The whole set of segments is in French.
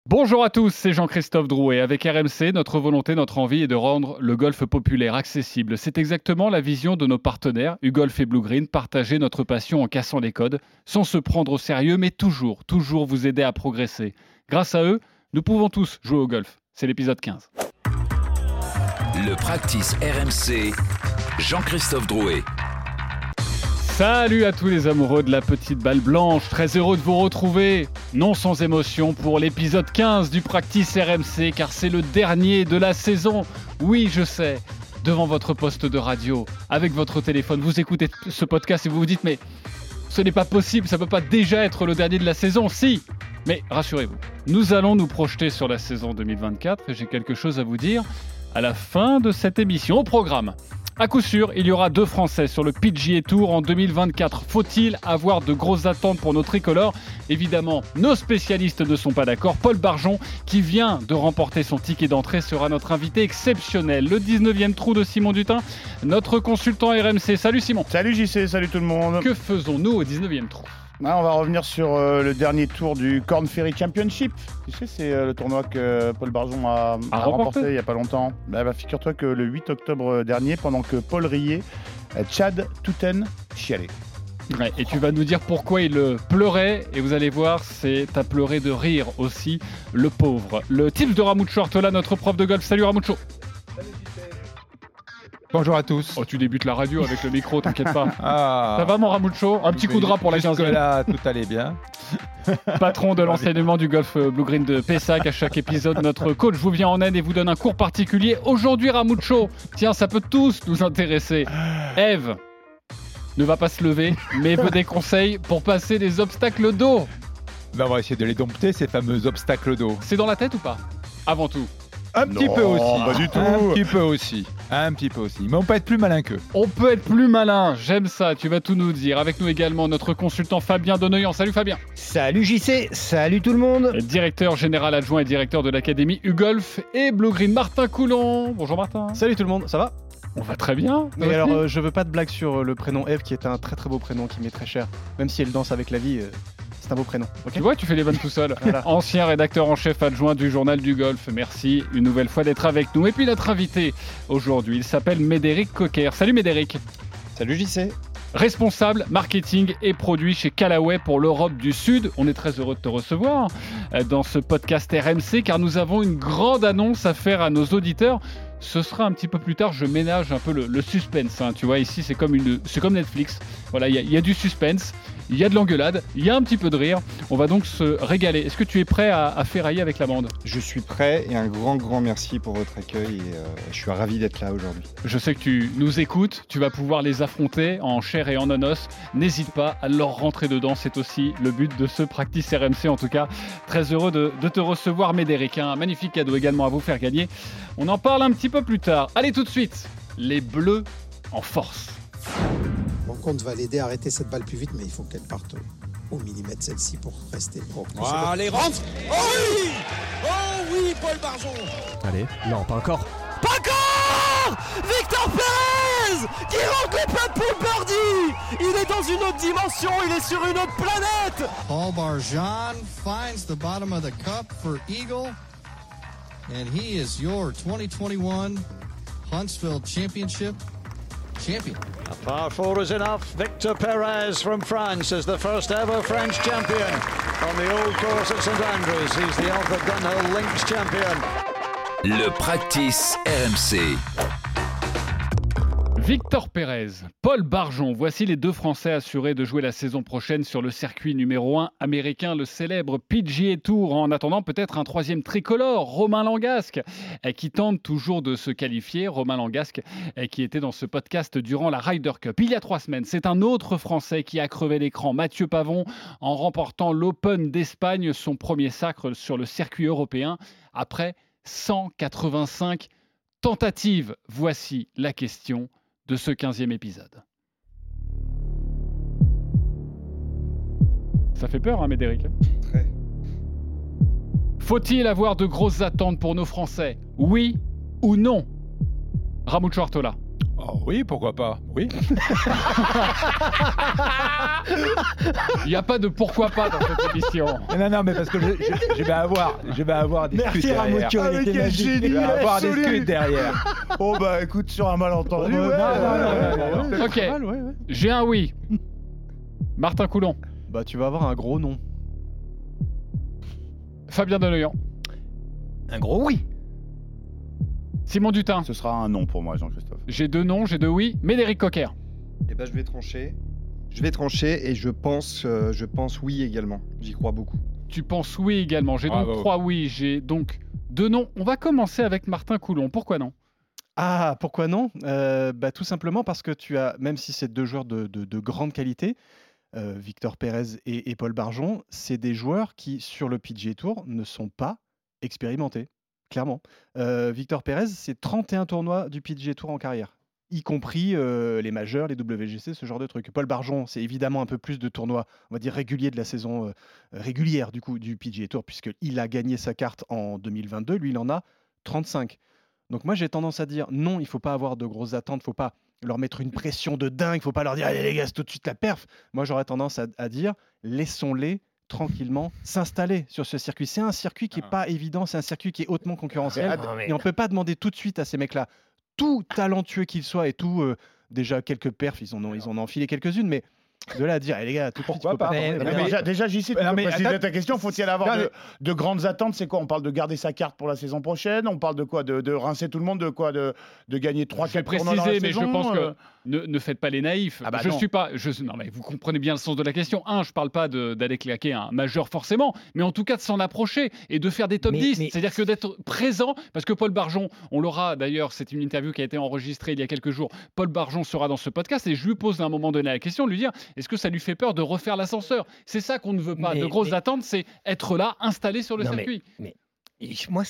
Bonjour à tous, c'est Jean-Christophe Drouet. Avec RMC, notre volonté, notre envie est de rendre le golf populaire accessible. C'est exactement la vision de nos partenaires, UGolf et Blue Green, partager notre passion en cassant les codes, sans se prendre au sérieux, mais toujours vous aider à progresser. Grâce à eux, nous pouvons tous jouer au golf. C'est l'épisode 15. Le practice RMC, Jean-Christophe Drouet. Salut à tous les amoureux de la petite balle blanche, très heureux de vous retrouver, non sans émotion, pour l'épisode 15 du Practice RMC, car c'est le dernier de la saison. Oui, je sais, devant votre poste de radio, avec votre téléphone, vous écoutez ce podcast et vous vous dites, mais ce n'est pas possible, ça ne peut pas déjà être le dernier de la saison, si. Mais rassurez-vous, nous allons nous projeter sur la saison 2024 et j'ai quelque chose à vous dire à la fin de cette émission. Au programme, à coup sûr, il y aura 2 Français sur le PGA Tour en 2024. Faut-il avoir de grosses attentes pour nos tricolores ? Évidemment, nos spécialistes ne sont pas d'accord. Paul Barjon, qui vient de remporter son ticket d'entrée, sera notre invité exceptionnel. Le 19e trou de Simon Dutin, notre consultant RMC. Salut Simon. Salut JC, salut tout le monde. Que faisons-nous au 19e trou ? On va revenir sur le dernier tour du Korn Ferry Championship. Tu sais, c'est le tournoi que Paul Barjon a remporté il n'y a pas longtemps. Figure-toi que le 8 octobre dernier, pendant que Paul riait, Chad Touten chialait. Ouais, et tu vas nous dire pourquoi il pleurait, et vous allez voir, c'est à pleurer de rire aussi, le pauvre. Le tips de Ramucho Artola, notre prof de golf. Salut Ramucho. Bonjour à tous. Oh, tu débutes la radio avec le micro, t'inquiète pas. Ah, Ça va mon Ramucho ? Un petit coup de rat pour la 15e. Là, tout allait bien. Patron de l'enseignement du golf Blue Green de Pessac, à chaque épisode, notre coach vous vient en aide et vous donne un cours particulier. Aujourd'hui, Ramucho, tiens, ça peut tous nous intéresser. Eve ne va pas se lever, mais veut des conseils pour passer les obstacles d'eau. Ben, on va essayer de les dompter, ces fameux obstacles d'eau. C'est dans la tête ou pas ? Avant tout. Un petit peu aussi. Pas du tout. Un petit peu aussi. Mais on peut être plus malin qu'eux. On peut être plus malin, j'aime ça, tu vas tout nous dire. Avec nous également notre consultant Fabien Denoyan. Salut Fabien. Salut JC, salut tout le monde. Directeur général adjoint et directeur de l'académie UGolf et Blue Green, Martin Coulon. Bonjour Martin. Salut tout le monde, ça va ? On va très bien. Mais alors, je veux pas de blague sur le prénom Eve, qui est un très très beau prénom qui m'est très cher. Même si elle danse avec la vie, c'est un beau prénom. Okay, tu vois, tu fais les vannes tout seul. Voilà. Ancien rédacteur en chef adjoint du journal du golf. Merci une nouvelle fois d'être avec nous. Et puis notre invité aujourd'hui, il s'appelle Médéric Cocker. Salut Médéric. Salut JC. Responsable marketing et produit chez Callaway pour l'Europe du Sud. On est très heureux de te recevoir dans ce podcast RMC car nous avons une grande annonce à faire à nos auditeurs. Ce sera un petit peu plus tard, je ménage un peu le suspense. Hein. Tu vois, ici, c'est comme Netflix. Voilà, il y a du suspense, il y a de l'engueulade, il y a un petit peu de rire. On va donc se régaler. Est-ce que tu es prêt à ferrailler avec la bande ? Je suis prêt et un grand merci pour votre accueil et je suis ravi d'être là aujourd'hui. Je sais que tu nous écoutes, tu vas pouvoir les affronter en chair et en os. N'hésite pas à leur rentrer dedans, c'est aussi le but de ce Practice RMC. En tout cas, très heureux de te recevoir Médéric. Un magnifique cadeau également à vous faire gagner. On en parle un petit peu plus tard. Allez tout de suite, les Bleus en force. Mon compte va l'aider à arrêter cette balle plus vite, mais il faut qu'elle parte au millimètre celle-ci pour rester. Allez, rentre. Oh oui, Paul Barjon. Allez, non, pas encore. Pas encore. Victor Pérez qui rentre le plat pour le birdie. Il est dans une autre dimension, il est sur une autre planète. Paul Barjon finds the bottom of the cup for eagle. And he is your 2021 Huntsville Championship champion. A par 4 is enough. Victor Perez from France is the first ever French champion on the old course at St Andrews. He's the Arthur Dunhill Links champion. Le practice RMC. Victor Pérez, Paul Barjon, voici les 2 Français assurés de jouer la saison prochaine sur le circuit numéro 1 américain, le célèbre PGA Tour. En attendant peut-être un 3e tricolore, Romain Langasque, qui tente toujours de se qualifier. Romain Langasque qui était dans ce podcast durant la Ryder Cup. Il y a 3 semaines, c'est un autre Français qui a crevé l'écran, Mathieu Pavon, en remportant l'Open d'Espagne, son premier sacre sur le circuit européen, après 185 tentatives. Voici la question de ce 15e épisode. Ça fait peur, hein, Médéric ? Très. Faut-il avoir de grosses attentes pour nos Français ? Oui ou non ? Ramucho Artola. Oh oui, pourquoi pas. Oui. Il n'y a pas de pourquoi pas dans cette émission. Non, mais parce que je vais avoir des Merci scuds derrière. Ramuccio, il était magique. Je vais avoir des scuds derrière. Oh bah écoute, sur un malentendu. Non. Ok, Ouais. j'ai un oui. Martin Coulon. Bah, tu vas avoir un gros nom. Fabien Deloyan. Un gros oui. Simon Dutin. Ce sera un non pour moi, Jean-Christophe. J'ai 2 noms, j'ai 2 oui. Médéric Cocker. Eh ben, je vais trancher. Et je pense oui également. J'y crois beaucoup. Tu penses oui également. J'ai donc 3 oui. J'ai donc 2 noms. On va commencer avec Martin Coulon. Pourquoi non ? Ah, pourquoi non ? Tout simplement parce que tu as, même si c'est 2 joueurs de grande qualité, Victor Pérez et Paul Barjon, c'est des joueurs qui, sur le PGA Tour, ne sont pas expérimentés. Clairement. Victor Pérez, c'est 31 tournois du PGA Tour en carrière, y compris les majeurs, les WGC, ce genre de trucs. Paul Barjon, c'est évidemment un peu plus de tournois, on va dire réguliers de la saison régulière du PGA Tour, puisqu'il a gagné sa carte en 2022, lui il en a 35. Donc moi j'ai tendance à dire non, il ne faut pas avoir de grosses attentes, il ne faut pas leur mettre une pression de dingue, il ne faut pas leur dire allez les gars, c'est tout de suite la perf. Moi j'aurais tendance à dire laissons-les tranquillement s'installer sur ce circuit. C'est un circuit qui n'est pas évident, c'est un circuit qui est hautement concurrentiel et on ne peut pas demander tout de suite à ces mecs-là, tout talentueux qu'ils soient et tout, déjà quelques perfs, ils en ont enfilé quelques-unes, mais de là à dire, les gars, tout de suite, pourquoi pas déjà, JC, tu peux préciser ta question. Faut-il avoir de grandes attentes ? C'est quoi ? On parle de garder sa carte pour la saison prochaine ? On parle de quoi ? De rincer tout le monde ? De quoi ? De gagner 3-4 tournois dans la saison ? Mais je pense que ne faites pas les naïfs. Ah bah je non. suis pas. Non, mais vous comprenez bien le sens de la question. Je parle pas d'aller claquer un majeur forcément, mais en tout cas de s'en approcher et de faire des top 10. C'est-à-dire que d'être présent, parce que Paul Barjon, on l'aura d'ailleurs, c'est une interview qui a été enregistrée il y a quelques jours. Paul Barjon sera dans ce podcast et je lui pose à un moment donné la question de lui dire est-ce que ça lui fait peur de refaire l'ascenseur ? C'est ça qu'on ne veut pas. De grosses attentes, c'est être là, installé sur le circuit. Moi,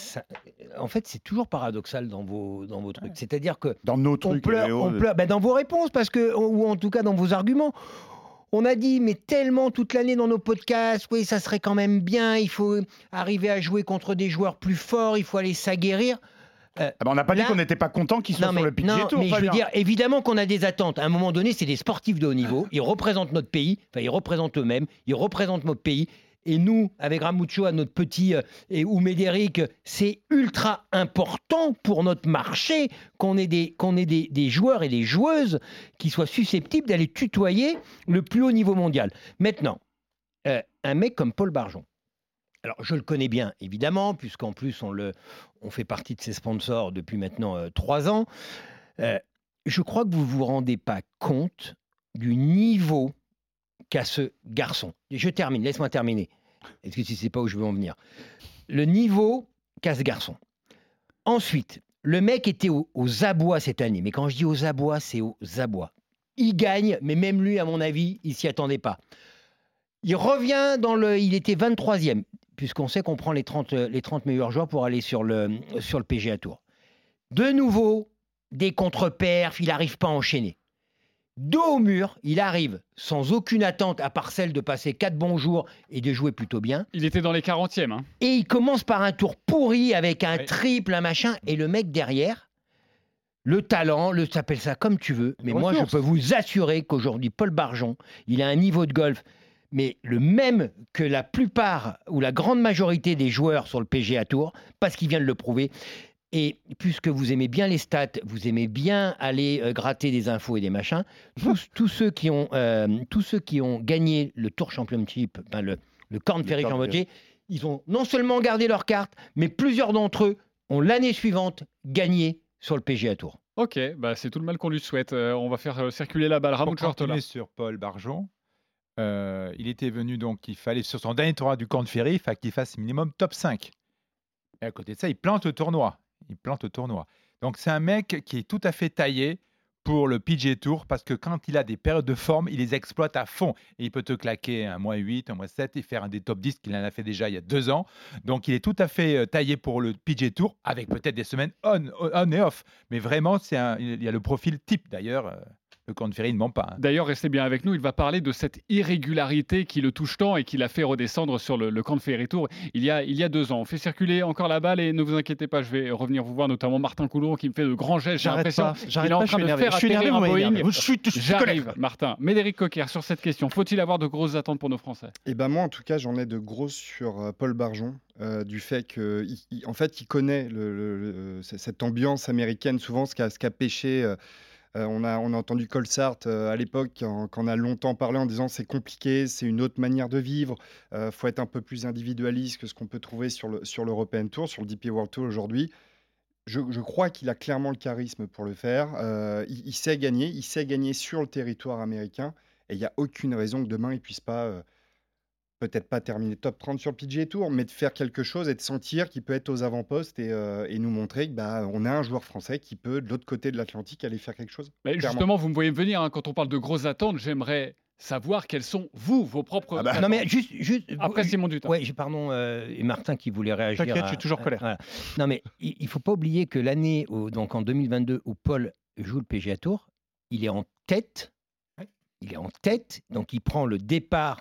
en fait, c'est toujours paradoxal dans vos trucs. C'est-à-dire que dans nos trucs, on pleure dans vos réponses, ou en tout cas dans vos arguments. On a dit, mais tellement toute l'année dans nos podcasts, oui, ça serait quand même bien. Il faut arriver à jouer contre des joueurs plus forts. Il faut aller s'aguerrir. On n'a pas dit qu'on n'était pas content qu'ils soient sur le PGA Tour. Mais je veux dire, évidemment qu'on a des attentes. À un moment donné, c'est des sportifs de haut niveau. Ils représentent notre pays. Enfin, ils représentent eux-mêmes. Ils représentent notre pays. Et nous, avec Ramuccio, à notre petit, ou Médéric, c'est ultra important pour notre marché qu'on ait des joueurs et des joueuses qui soient susceptibles d'aller tutoyer le plus haut niveau mondial. Maintenant, un mec comme Paul Barjon, alors je le connais bien, évidemment, puisqu'en plus on fait partie de ses sponsors depuis maintenant 3 ans. Je crois que vous ne vous rendez pas compte du niveau qu'a ce garçon. Je termine, laisse-moi terminer. Est-ce que tu ne sais pas où je veux en venir ? Le niveau qu'a ce garçon. Ensuite, le mec était aux abois cette année. Mais quand je dis aux abois, c'est aux abois. Il gagne, mais même lui, à mon avis, il ne s'y attendait pas. Il revient il était 23e, puisqu'on sait qu'on prend les 30 meilleurs joueurs pour aller sur le PGA Tour. De nouveau, des contre-perfs, il n'arrive pas à enchaîner. Dos au mur, il arrive sans aucune attente à part celle de passer 4 bons jours et de jouer plutôt bien. Il était dans les 40e. Et il commence par un tour pourri avec un triple, un machin. Et le mec derrière, le talent, t'appelles ça comme tu veux. Mais moi, je peux vous assurer qu'aujourd'hui, Paul Barjon, il a un niveau de golf, mais le même que la plupart ou la grande majorité des joueurs sur le PGA Tour, parce qu'il vient de le prouver. Et puisque vous aimez bien les stats, vous aimez bien aller gratter des infos et des machins, tous ceux qui ont gagné le Tour Championship, le Korn Ferry Championship, ils ont non seulement gardé leur carte, mais plusieurs d'entre eux ont l'année suivante gagné sur le PGA Tour. Ok, c'est tout le mal qu'on lui souhaite. On va faire circuler la balle. Ramuccio Ortola. Sur Paul Barjon, il était venu donc, il fallait sur son dernier tournoi du Korn Ferry, il fallait qu'il fasse minimum top 5. Et à côté de ça, il plante le tournoi. Donc, c'est un mec qui est tout à fait taillé pour le PGA Tour parce que quand il a des périodes de forme, il les exploite à fond. Et il peut te claquer un mois 8, un mois 7 et faire un des top 10 qu'il en a fait déjà il y a 2 ans. Donc, il est tout à fait taillé pour le PGA Tour avec peut-être des semaines on et off. Mais vraiment, il y a le profil type d'ailleurs. Le Corn Ferry ne ment pas. Hein. D'ailleurs, restez bien avec nous, il va parler de cette irrégularité qui le touche tant et qui l'a fait redescendre sur le Corn Ferry Tour il y a 2 ans. On fait circuler encore la balle et ne vous inquiétez pas, je vais revenir vous voir, notamment Martin Coulon qui me fait de grands gestes. J'ai l'impression qu'il est en train de faire atterrir un Boeing. J'arrive, Martin. Médéric Coquer, sur cette question, faut-il avoir de grosses attentes pour nos Français ? Eh ben moi, en tout cas, j'en ai de grosses sur Paul Barjon, du fait qu'en fait, il connaît cette ambiance américaine, souvent ce qu'a pêché. On a entendu Colsart à l'époque, quand on a longtemps parlé en disant c'est compliqué, c'est une autre manière de vivre, faut être un peu plus individualiste que ce qu'on peut trouver sur l'European Tour, sur le DP World Tour aujourd'hui. Je crois qu'il a clairement le charisme pour le faire. Il sait gagner sur le territoire américain, et il n'y a aucune raison que demain il ne puisse pas... peut-être pas terminer top 30 sur le PGA Tour, mais de faire quelque chose et de sentir qu'il peut être aux avant-postes et nous montrer qu'on a un joueur français qui peut, de l'autre côté de l'Atlantique, aller faire quelque chose. Mais justement, vous me voyez venir, hein, quand on parle de grosses attentes, j'aimerais savoir quelles sont, vos propres attentes. Non, mais juste après Simon Dutin. Oui, pardon, et Martin qui voulait réagir. T'inquiète, je suis toujours colère. Voilà. Non, mais il ne faut pas oublier que l'année, donc en 2022, où Paul joue le PGA Tour, il est en tête. Il est en tête, donc il prend le départ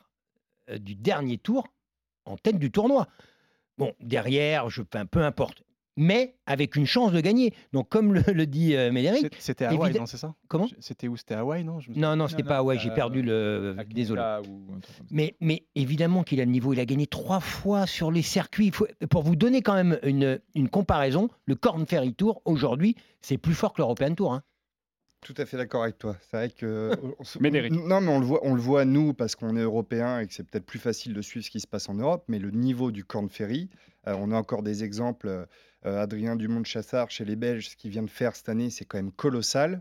du dernier tour en tête du tournoi. Bon, derrière, peu importe. Mais avec une chance de gagner. Donc, comme le dit Médéric... C'était à Hawaï, non, c'est ça ? Comment ? C'était où ? C'était à Hawaï, non ? Non, c'était pas Hawaï, j'ai perdu le... Désolé. Mais évidemment qu'il a le niveau. Il a gagné 3 fois sur les circuits. Pour vous donner quand même une comparaison, le Corn Ferry Tour, aujourd'hui, c'est plus fort que l'European Tour. Hein. Tout à fait d'accord avec toi. C'est vrai que Non, mais on le voit nous parce qu'on est européens et que c'est peut-être plus facile de suivre ce qui se passe en Europe. Mais le niveau du Corn Ferry, on a encore des exemples. Adrien Dumont-Chassard chez les Belges, ce qu'il vient de faire cette année, c'est quand même colossal.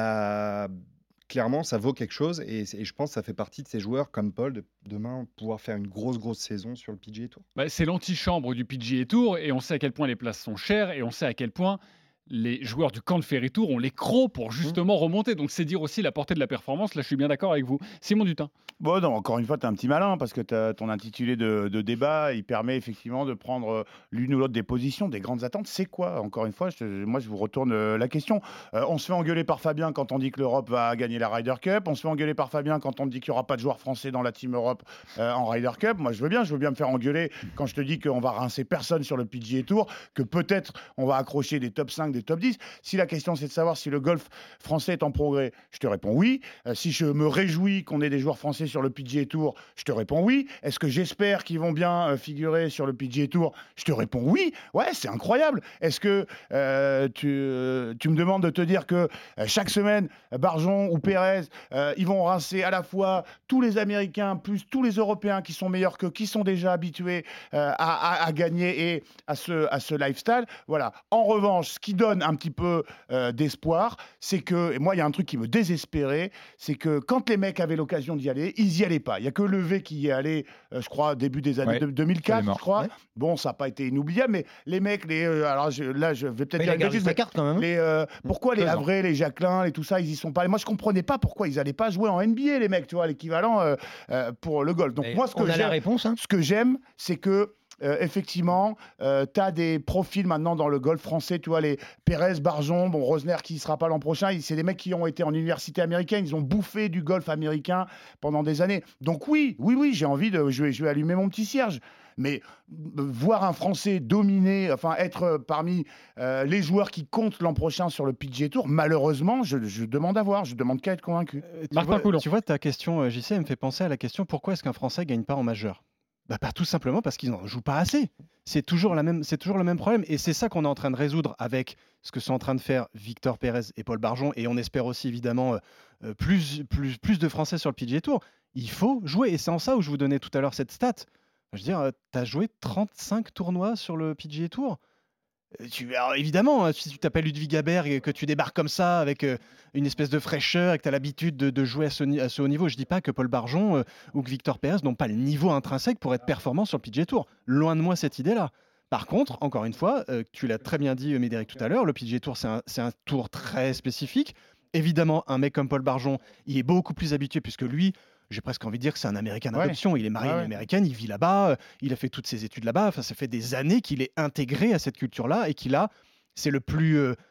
Clairement, ça vaut quelque chose et je pense que ça fait partie de ces joueurs comme Paul de demain pouvoir faire une grosse saison sur le PGA Tour. C'est l'antichambre du PGA Tour et on sait à quel point les places sont chères et on sait à quel point les joueurs du Corn Ferry Tour ont les crocs pour justement remonter. Donc, c'est dire aussi la portée de la performance. Là, je suis bien d'accord avec vous. Simon Dutin. Bon, non, encore une fois, tu es un petit malin parce que ton intitulé de débat, il permet effectivement de prendre l'une ou l'autre des positions, des grandes attentes. C'est quoi ? Encore une fois, moi, je vous retourne la question. On se fait engueuler par Fabien quand on dit que l'Europe va gagner la Ryder Cup. On se fait engueuler par Fabien quand on dit qu'il n'y aura pas de joueurs français dans la Team Europe en Ryder Cup. Moi, je veux bien me faire engueuler quand je te dis qu'on va rincer personne sur le PGA Tour, que peut-être on va accrocher des top 5, des top 10. Si la question, c'est de savoir si le golf français est en progrès, je te réponds oui. Si je me réjouis qu'on ait des joueurs français sur le PGA Tour, je te réponds oui. Est-ce que j'espère qu'ils vont bien figurer sur le PGA Tour ? Je te réponds oui. Ouais, c'est incroyable. Est-ce que tu me demandes de te dire que chaque semaine, Barjon ou Pérez, ils vont rincer à la fois tous les Américains plus tous les Européens qui sont meilleurs qu'eux, qui sont déjà habitués à gagner et à ce lifestyle. Voilà. En revanche, ce qui donne un petit peu d'espoir, c'est que, et moi il y a un truc qui me désespérait, c'est que quand les mecs avaient l'occasion d'y aller, ils n'y allaient pas. Il n'y a que Levé qui y est allé, je crois, début des années 2004, je crois. Ouais. Bon, ça n'a pas été inoubliable, mais les mecs, alors je vais peut-être dire une bêtise, mais quand même. Pourquoi les Havre, les Jacquelin, et tout ça, ils y sont pas allés. Moi, je comprenais pas pourquoi ils n'allaient pas jouer en NBA, les mecs, tu vois, l'équivalent pour le golf. Donc moi, ce que j'aime, c'est que effectivement, tu as des profils maintenant dans le golf français, tu vois, les Pérez, Barjon, Rosner qui ne sera pas l'an prochain, c'est des mecs qui ont été en université américaine, ils ont bouffé du golf américain pendant des années. Donc oui, j'ai envie je vais allumer mon petit cierge. Mais voir un Français dominer, enfin être parmi les joueurs qui comptent l'an prochain sur le PGA Tour, malheureusement, je demande à voir, je demande qu'à être convaincu. Tu vois, ta question, JC, me fait penser à la question pourquoi est-ce qu'un Français ne gagne pas en majeur ? Tout simplement parce qu'ils n'en jouent pas assez. C'est toujours le même problème. Et c'est ça qu'on est en train de résoudre avec ce que sont en train de faire Victor Pérez et Paul Barjon. Et on espère aussi, évidemment, plus de Français sur le PGA Tour. Il faut jouer. Et c'est en ça où je vous donnais tout à l'heure cette stat. Je veux dire, tu as joué 35 tournois sur le PGA Tour. Alors évidemment, si tu t'appelles Ludwig Haber et que tu débarques comme ça avec une espèce de fraîcheur et que tu as l'habitude de jouer à ce haut niveau, je ne dis pas que Paul Barjon ou que Victor Pérez n'ont pas le niveau intrinsèque pour être performants sur le PGA Tour. Loin de moi cette idée-là. Par contre, encore une fois, tu l'as très bien dit, Médéric, tout à l'heure, le PGA Tour, c'est un tour très spécifique. Évidemment, un mec comme Paul Barjon, il est beaucoup plus habitué puisque lui, j'ai presque envie de dire que c'est un Américain d'adoption. Il est marié à une Américaine, il vit là-bas, il a fait toutes ses études là-bas. Enfin, ça fait des années qu'il est intégré à cette culture-là et c'est le plus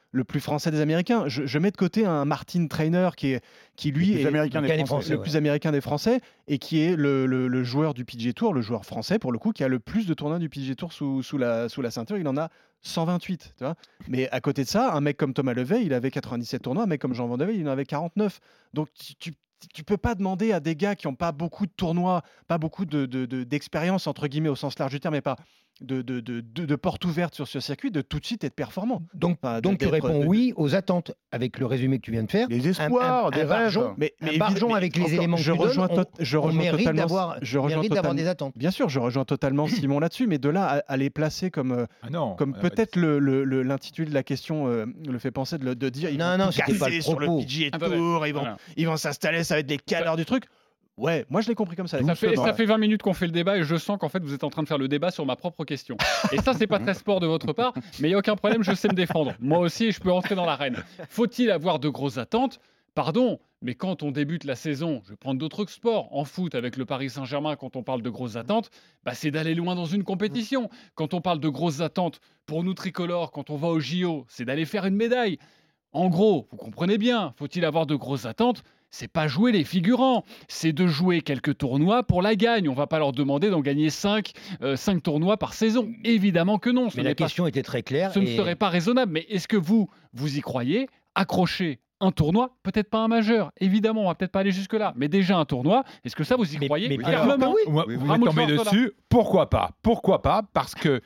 le plus français des Américains. Je mets de côté un Martin Trainer qui lui est le plus américain des Français et qui est le joueur du PGA Tour, le joueur français pour le coup, qui a le plus de tournois du PGA Tour sous la ceinture. Il en a 128, tu vois. Mais à côté de ça, un mec comme Thomas Levey, il avait 97 tournois, un mec comme Jean Van de Velde, il en avait 49. Donc tu peux pas demander à des gars qui n'ont pas beaucoup de tournois, pas beaucoup d'expérience entre guillemets au sens large du terme, mais pas de porte ouverte sur ce circuit, de tout de suite être performant. Donc tu réponds oui aux attentes avec le résumé que tu viens de faire. Les espoirs, des rêves. Mais Barjon avec les éléments que tu donnes, on mérite d'avoir des attentes. Bien sûr, je rejoins totalement Simon là-dessus, mais de là à les placer comme peut-être l'intitulé de la question le fait penser de dire ils vont casser sur le PGA Tour, ils vont s'installer, ça va être les caleurs du truc. Ouais, moi je l'ai compris comme ça. Ça fait 20 minutes qu'on fait le débat et je sens qu'en fait vous êtes en train de faire le débat sur ma propre question. Et ça, c'est pas très sport de votre part, mais il n'y a aucun problème, je sais me défendre. Moi aussi, je peux entrer dans l'arène. Faut-il avoir de grosses attentes ? Pardon, mais quand on débute la saison, je vais prendre d'autres sports, en foot avec le Paris Saint-Germain, quand on parle de grosses attentes, c'est d'aller loin dans une compétition. Quand on parle de grosses attentes pour nous tricolores, quand on va au JO, c'est d'aller faire une médaille. En gros, vous comprenez bien, faut-il avoir de grosses attentes ? C'est pas jouer les figurants, c'est de jouer quelques tournois pour la gagne. On va pas leur demander d'en gagner 5 tournois par saison. Évidemment que non. Mais la question était très claire. Ce ne serait pas raisonnable. Mais est-ce que vous y croyez ? Accrocher un tournoi, peut-être pas un majeur. Évidemment, on va peut-être pas aller jusque-là. Mais déjà un tournoi, est-ce que ça, vous y croyez ? Fermement. Vous êtes tombé dessus. Pourquoi pas ? Parce que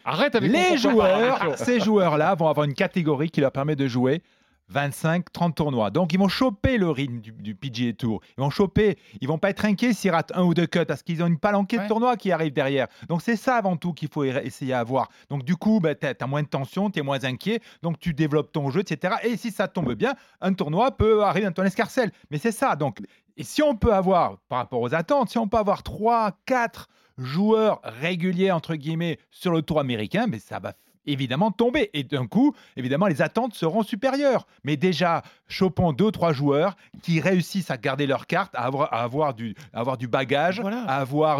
ces joueurs-là vont avoir une catégorie qui leur permet de jouer 25-30 tournois. Donc, ils vont choper le rythme du PGA Tour. Ils vont pas être inquiets s'ils ratent un ou deux cuts parce qu'ils ont une palanquée de tournois qui arrive derrière. Donc, c'est ça avant tout qu'il faut essayer d'avoir. Donc, du coup, tu as moins de tension, tu es moins inquiet. Donc, tu développes ton jeu, etc. Et si ça tombe bien, un tournoi peut arriver dans ton escarcelle. Mais c'est ça. Donc, et si on peut avoir, par rapport aux attentes, si on peut avoir 3-4 joueurs réguliers, entre guillemets, sur le tour américain, mais ça va évidemment tomber. Et d'un coup, évidemment, les attentes seront supérieures. Mais déjà, chopons 2-3 joueurs qui réussissent à garder leur carte, à avoir du bagage, à avoir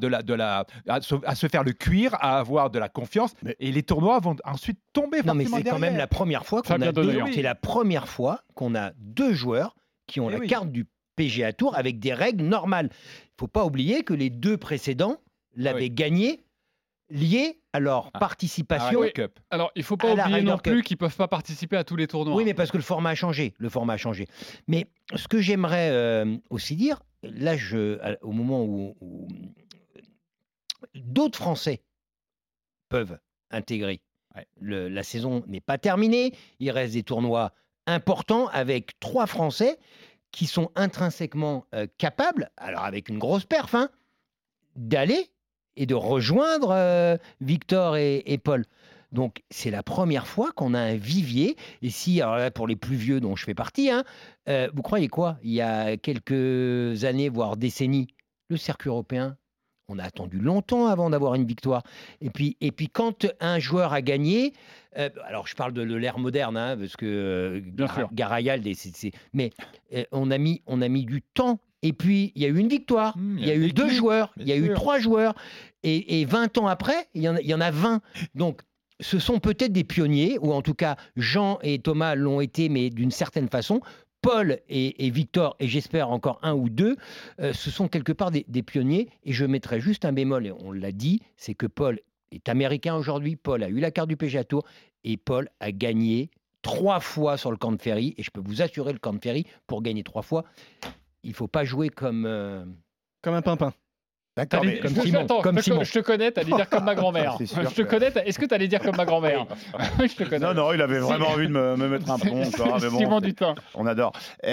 à se faire le cuir, à avoir de la confiance. Et les tournois vont ensuite tomber. Non, mais c'est quand même la première fois c'est la première fois qu'on a 2 joueurs qui ont la carte du PGA Tour avec des règles normales. Il ne faut pas oublier que les 2 précédents l'avaient gagné liés à leur participation. Alors, il ne faut pas oublier non plus qu'ils ne peuvent pas participer à tous les tournois. Oui, mais parce que le format a changé. Mais ce que j'aimerais aussi dire, là, au moment où d'autres Français peuvent intégrer, la saison n'est pas terminée, il reste des tournois importants avec 3 Français qui sont intrinsèquement capables, alors avec une grosse perf, d'aller et de rejoindre Victor et Paul. Donc, c'est la première fois qu'on a un vivier. Et si, alors là, pour les plus vieux dont je fais partie, vous croyez quoi ? Il y a quelques années, voire décennies, le circuit européen, on a attendu longtemps avant d'avoir une victoire. Et puis quand un joueur a gagné, alors je parle de l'ère moderne, parce que Garayal, mais on a mis du temps. Et puis, il y a eu une victoire, il y a eu 2 joueurs, il y a eu 3 joueurs. Et 20 ans après, il y en a 20. Donc, ce sont peut-être des pionniers, ou en tout cas, Jean et Thomas l'ont été, mais d'une certaine façon. Paul et Victor, et j'espère encore 1 ou 2, ce sont quelque part des pionniers. Et je mettrai juste un bémol, et on l'a dit, c'est que Paul est américain aujourd'hui. Paul a eu la carte du PGA Tour, et Paul a gagné 3 fois sur le Korn Ferry. Et je peux vous assurer, le Korn Ferry, pour gagner 3 fois, il ne faut pas jouer comme un pimpin. D'accord, comme Simon. Je te connais, tu allais dire comme ma grand-mère. Je te connais, est-ce que tu allais dire comme ma grand-mère ? Je te connais. Non, il avait vraiment envie de me mettre un plomb. Simon Dutin. On adore.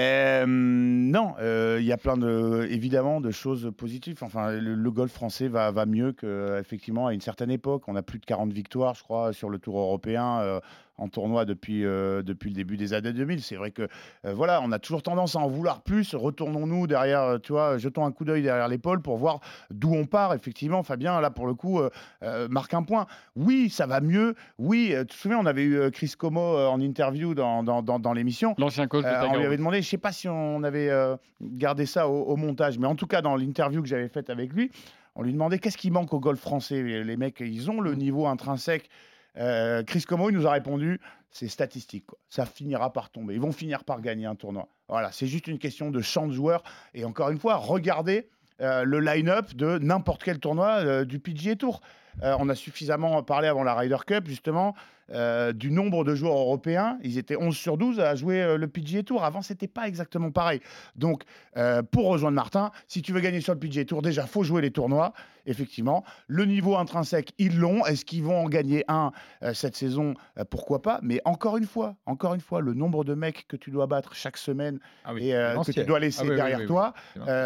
Non, il y a plein évidemment de choses positives. Enfin, le golf français va mieux qu'effectivement à une certaine époque. On a plus de 40 victoires, je crois, sur le Tour européen. En tournoi depuis le début des années 2000. C'est vrai que on a toujours tendance à en vouloir plus. Retournons-nous derrière, jetons un coup d'œil derrière l'épaule pour voir d'où on part. Effectivement, Fabien, là pour le coup, marque un point. Oui, ça va mieux. Oui, tu te souviens, on avait eu Chris Como en interview dans l'émission. L'ancien coach de Tiger on lui avait demandé, je ne sais pas si on avait gardé ça au montage, mais en tout cas dans l'interview que j'avais faite avec lui, on lui demandait qu'est-ce qui manque au golf français. Les mecs, ils ont le niveau intrinsèque Chris Como, il nous a répondu, c'est statistique, quoi. Ça finira par tomber. Ils vont finir par gagner un tournoi. Voilà, c'est juste une question de champ de joueurs. Et encore une fois, regardez le line-up de n'importe quel tournoi du PGA Tour. On a suffisamment parlé avant la Ryder Cup, justement, du nombre de joueurs européens. Ils étaient 11 sur 12 à jouer le PGA Tour. Avant, c'était pas exactement pareil. Donc, pour rejoindre Martin, si tu veux gagner sur le PGA Tour, déjà, faut jouer les tournois. Effectivement, le niveau intrinsèque, ils l'ont. Est-ce qu'ils vont en gagner un cette saison? Pourquoi pas? Mais encore une fois, le nombre de mecs que tu dois battre chaque semaine et que tu dois laisser derrière toi,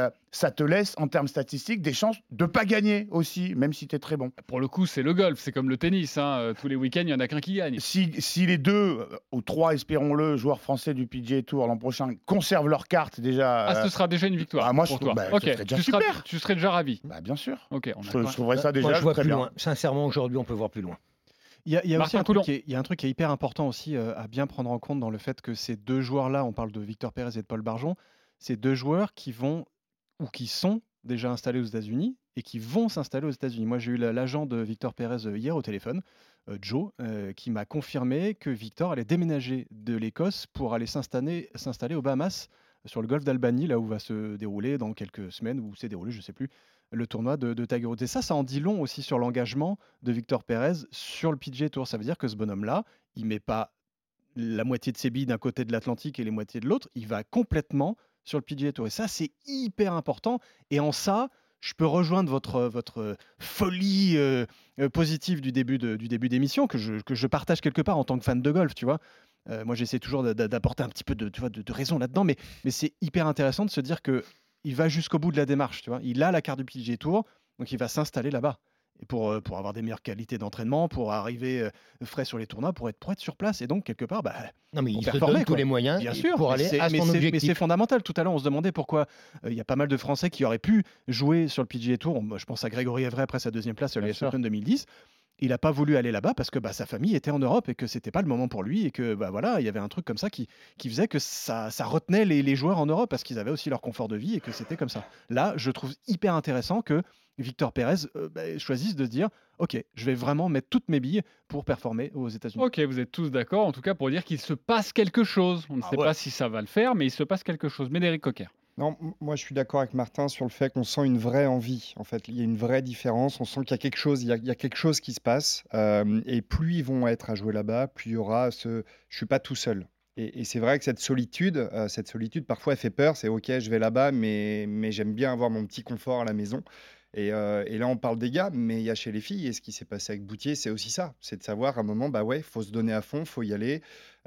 ça te laisse, en termes statistiques, des chances de pas gagner aussi, même si tu es très bon. Pour le coup, c'est le golf, c'est comme le tennis. Hein. Tous les week-ends, il n'y en a qu'un qui gagne. Si les 2 ou 3, espérons-le, joueurs français du PGA Tour l'an prochain conservent leur carte déjà... ce sera déjà une victoire moi, pour toi. Ce serait déjà super. Tu serais déjà ravi. Bien sûr. Okay, je trouverais ça déjà moi, je vois très plus bien. loin. Sincèrement, aujourd'hui, on peut voir plus loin. Il y a aussi un truc qui est hyper important aussi à bien prendre en compte dans le fait que ces 2 joueurs-là, on parle de Victor Pérez et de Paul Barjon, ces 2 joueurs qui vont ou qui sont déjà installés aux États-Unis et qui vont s'installer aux États-Unis. Moi, j'ai eu l'agent de Victor Pérez hier au téléphone, Joe, qui m'a confirmé que Victor allait déménager de l'Écosse pour aller s'installer aux Bahamas, sur le golfe d'Albany, là où va se dérouler dans quelques semaines, où s'est déroulé, je ne sais plus, le tournoi de Tiger Woods. Et ça en dit long aussi sur l'engagement de Victor Pérez sur le PGA Tour. Ça veut dire que ce bonhomme-là, il ne met pas la moitié de ses billes d'un côté de l'Atlantique et les moitiés de l'autre, il va complètement sur le PGA Tour. Et ça, c'est hyper important. Et en ça, je peux rejoindre votre folie positive du début d'émission, que je partage quelque part en tant que fan de golf, tu vois. Moi, j'essaie toujours d'apporter un petit peu de raison là-dedans, mais c'est hyper intéressant de se dire qu'il va jusqu'au bout de la démarche, tu vois. Il a la carte du PGA Tour, donc il va s'installer là-bas. Et pour avoir des meilleures qualités d'entraînement, pour arriver frais sur les tournois, pour être sur place. Et donc, quelque part, non, mais il se donne tous les moyens bien sûr, pour aller à son objectif. Mais c'est fondamental. Tout à l'heure, on se demandait pourquoi il y a pas mal de Français qui auraient pu jouer sur le PGA Tour. Je pense à Grégory Evray après sa 2e place sur les US Open 2010. Il n'a pas voulu aller là-bas parce que sa famille était en Europe et que c'était pas le moment pour lui et que il y avait un truc comme ça qui faisait que ça retenait les joueurs en Europe parce qu'ils avaient aussi leur confort de vie et que c'était comme ça. Là, je trouve hyper intéressant que Victor Pérez choisisse de se dire « Ok, je vais vraiment mettre toutes mes billes pour performer aux États-Unis. » Ok, vous êtes tous d'accord, en tout cas pour dire qu'il se passe quelque chose. On ne sait pas si ça va le faire, mais il se passe quelque chose. Médéric Coquer. Non, moi je suis d'accord avec Martin sur le fait qu'on sent une vraie envie. En fait, il y a une vraie différence. On sent qu'il y a quelque chose, il y a quelque chose qui se passe. Et plus ils vont être à jouer là-bas, plus il y aura je suis pas tout seul. Et c'est vrai que cette solitude parfois elle fait peur. C'est ok, je vais là-bas, mais j'aime bien avoir mon petit confort à la maison. Et là, on parle des gars, mais il y a chez les filles, et ce qui s'est passé avec Boutier, c'est aussi ça. C'est de savoir à un moment, faut se donner à fond, faut y aller,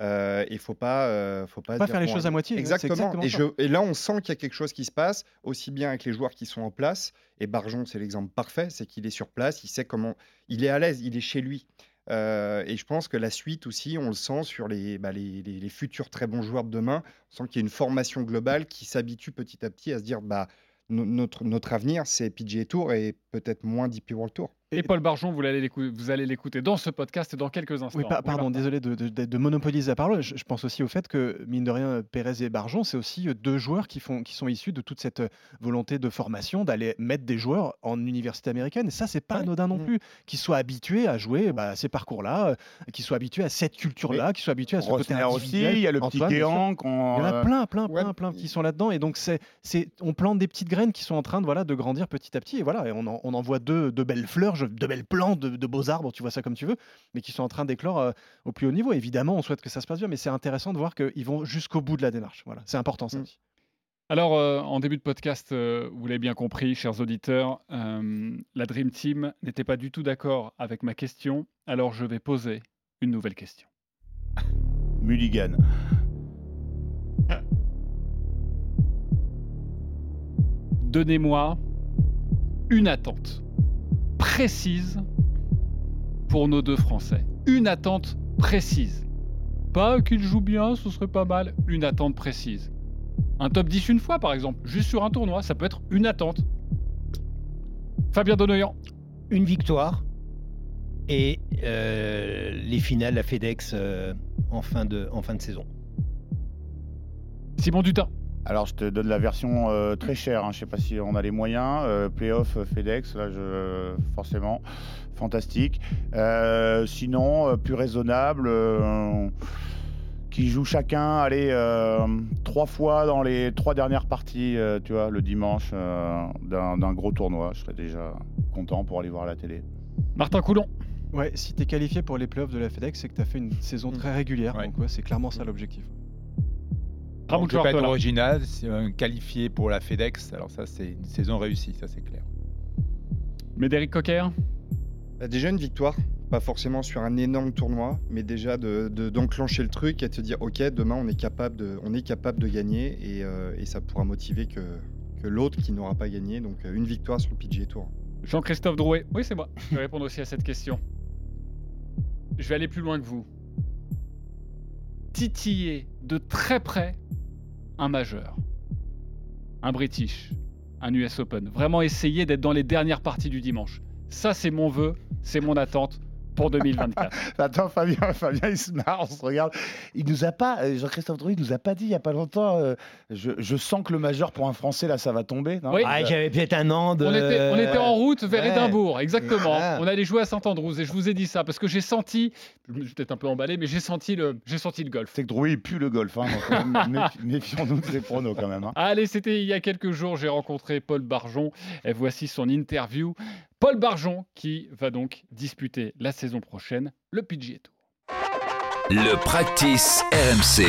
et faut pas faire les choses à moitié. Exactement. Et là, on sent qu'il y a quelque chose qui se passe, aussi bien avec les joueurs qui sont en place. Et Barjon, c'est l'exemple parfait, c'est qu'il est sur place, il sait comment, il est à l'aise, il est chez lui. Et je pense que la suite aussi, on le sent sur les futurs très bons joueurs de demain. On sent qu'il y a une formation globale qui s'habitue petit à petit à se dire, notre avenir, c'est PGA Tour et peut-être moins DP World Tour. Et Paul Barjon, vous allez l'écouter dans ce podcast dans quelques instants. Oui, pardon, désolé de monopoliser la parole. Je pense aussi au fait que, mine de rien, Pérez et Barjon, c'est aussi 2 joueurs qui sont issus de toute cette volonté de formation d'aller mettre des joueurs en université américaine. Et ça, c'est pas anodin non plus. Qu'ils soient habitués à jouer ces parcours-là, qu'ils soient habitués à cette culture-là, qu'ils soient habitués à ce côté individuel. Aussi, il y a le petit Guéant. Il y en a plein qui sont là-dedans. Et donc, on plante des petites graines qui sont en train de grandir petit à petit. Et voilà, et on en voit deux belles fleurs, de belles plantes, de beaux arbres, tu vois ça comme tu veux, mais qui sont en train d'éclore au plus haut niveau. Évidemment, on souhaite que ça se passe bien, mais c'est intéressant de voir qu'ils vont jusqu'au bout de la démarche. Voilà, c'est important ça aussi. Alors, en début de podcast, vous l'avez bien compris, chers auditeurs, la Dream Team n'était pas du tout d'accord avec ma question, alors je vais poser une nouvelle question. Mulligan. Donnez-moi une attente précise pour nos 2 Français. Une attente précise. Pas qu'ils jouent bien, ce serait pas mal. Une attente précise. Un top 10 une fois, par exemple. Juste sur un tournoi, ça peut être une attente. Fabien Donoyan. Une victoire et les finales à FedEx en fin de saison. Simon Dutin. Alors, je te donne la version très chère. Je ne sais pas si on a les moyens. Playoff FedEx, là, forcément, fantastique. Sinon, plus raisonnable, qui joue chacun, 3 fois dans les 3 dernières parties, tu vois, le dimanche d'un gros tournoi. Je serais déjà content pour aller voir à la télé. Martin Coulon. Ouais, si tu es qualifié pour les playoffs de la FedEx, c'est que tu as fait une saison très régulière. Ouais. Donc, c'est clairement ça l'objectif. Je ne vais pas être original, c'est qualifié pour la FedEx, alors ça c'est une saison réussie, ça c'est clair. Médéric Cocker. Déjà une victoire, pas forcément sur un énorme tournoi, mais déjà d'enclencher le truc et de se dire ok, demain on est capable de gagner et ça pourra motiver que l'autre qui n'aura pas gagné, donc une victoire sur le PGA Tour. Jean-Christophe Drouet. Oui, c'est moi. Je vais répondre aussi à cette question. Je vais aller plus loin que vous. Titiller de très près un majeur, un British, un US Open. Vraiment essayer d'être dans les dernières parties du dimanche. Ça, c'est mon vœu, c'est mon attente pour 2024. Attends, Fabien, il se marre, on se regarde. Il nous a pas, Jean-Christophe Drouet, il nous a pas dit il y a pas longtemps. Je sens que le majeur pour un Français là, ça va tomber. Non Oui. J'avais peut-être un an de. On était en route vers Édimbourg, exactement. On allait jouer à Saint-Andrews et je vous ai dit ça parce que j'ai senti, je me suis peut-être un peu emballé, mais j'ai senti le golf. C'est que Drouet il pue le golf, donc méfions-nous de ses pronos quand même. Allez, c'était il y a quelques jours, j'ai rencontré Paul Barjon et voici son interview. Paul Barjon qui va donc disputer la saison prochaine le PGA Tour. Le practice RMC.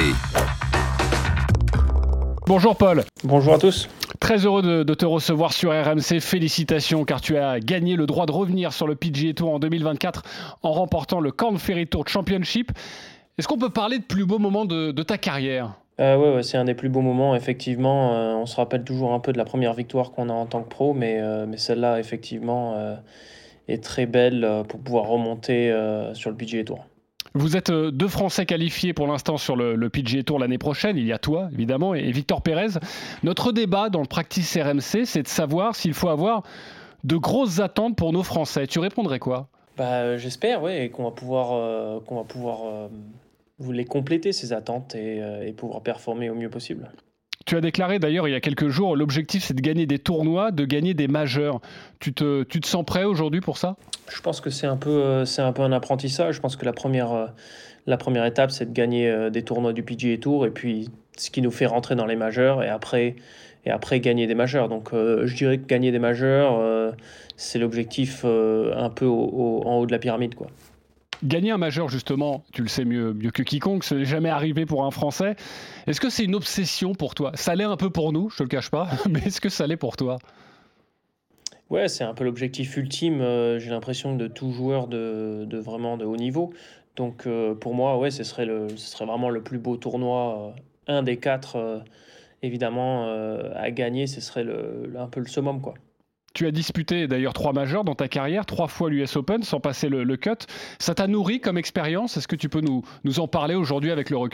Bonjour Paul. Bonjour à tous. Très heureux de te recevoir sur RMC. Félicitations car tu as gagné le droit de revenir sur le PGA Tour en 2024 en remportant le Korn Ferry Tour Championship. Est-ce qu'on peut parler de plus beau moment de ta carrière ? Ouais, c'est un des plus beaux moments, effectivement. On se rappelle toujours un peu de la première victoire qu'on a en tant que pro, mais celle-là, effectivement, est très belle pour pouvoir remonter sur le PGA Tour. Vous êtes 2 Français qualifiés pour l'instant sur le PGA Tour l'année prochaine. Il y a toi, évidemment, et Victor Pérez. Notre débat dans le Practice RMC, c'est de savoir s'il faut avoir de grosses attentes pour nos Français. Tu répondrais quoi ? J'espère, ouais, qu'on va pouvoir vous les compléter, ces attentes, et pouvoir performer au mieux possible. Tu as déclaré d'ailleurs il y a quelques jours, l'objectif c'est de gagner des tournois, de gagner des majeurs. Tu te sens prêt aujourd'hui pour ça ? Je pense que c'est un peu un apprentissage. Je pense que la première étape, c'est de gagner des tournois du PGA Tour, et puis ce qui nous fait rentrer dans les majeurs, et après gagner des majeurs. Donc je dirais que gagner des majeurs, c'est l'objectif un peu en haut de la pyramide, quoi. Gagner un majeur, justement, tu le sais mieux que quiconque, ce n'est jamais arrivé pour un Français. Est-ce que c'est une obsession pour toi ? Ça l'est un peu pour nous, je te le cache pas, mais est-ce que ça l'est pour toi ? Ouais, c'est un peu l'objectif ultime, j'ai l'impression, de tout joueur de vraiment de haut niveau. Donc pour moi, ouais, ce serait vraiment le plus beau tournoi, un des 4, évidemment, à gagner, ce serait un peu le summum, quoi. Tu as disputé d'ailleurs 3 majeurs dans ta carrière, 3 fois l'US Open sans passer le cut. Ça t'a nourri comme expérience ? Est-ce que tu peux nous en parler aujourd'hui avec le recul ?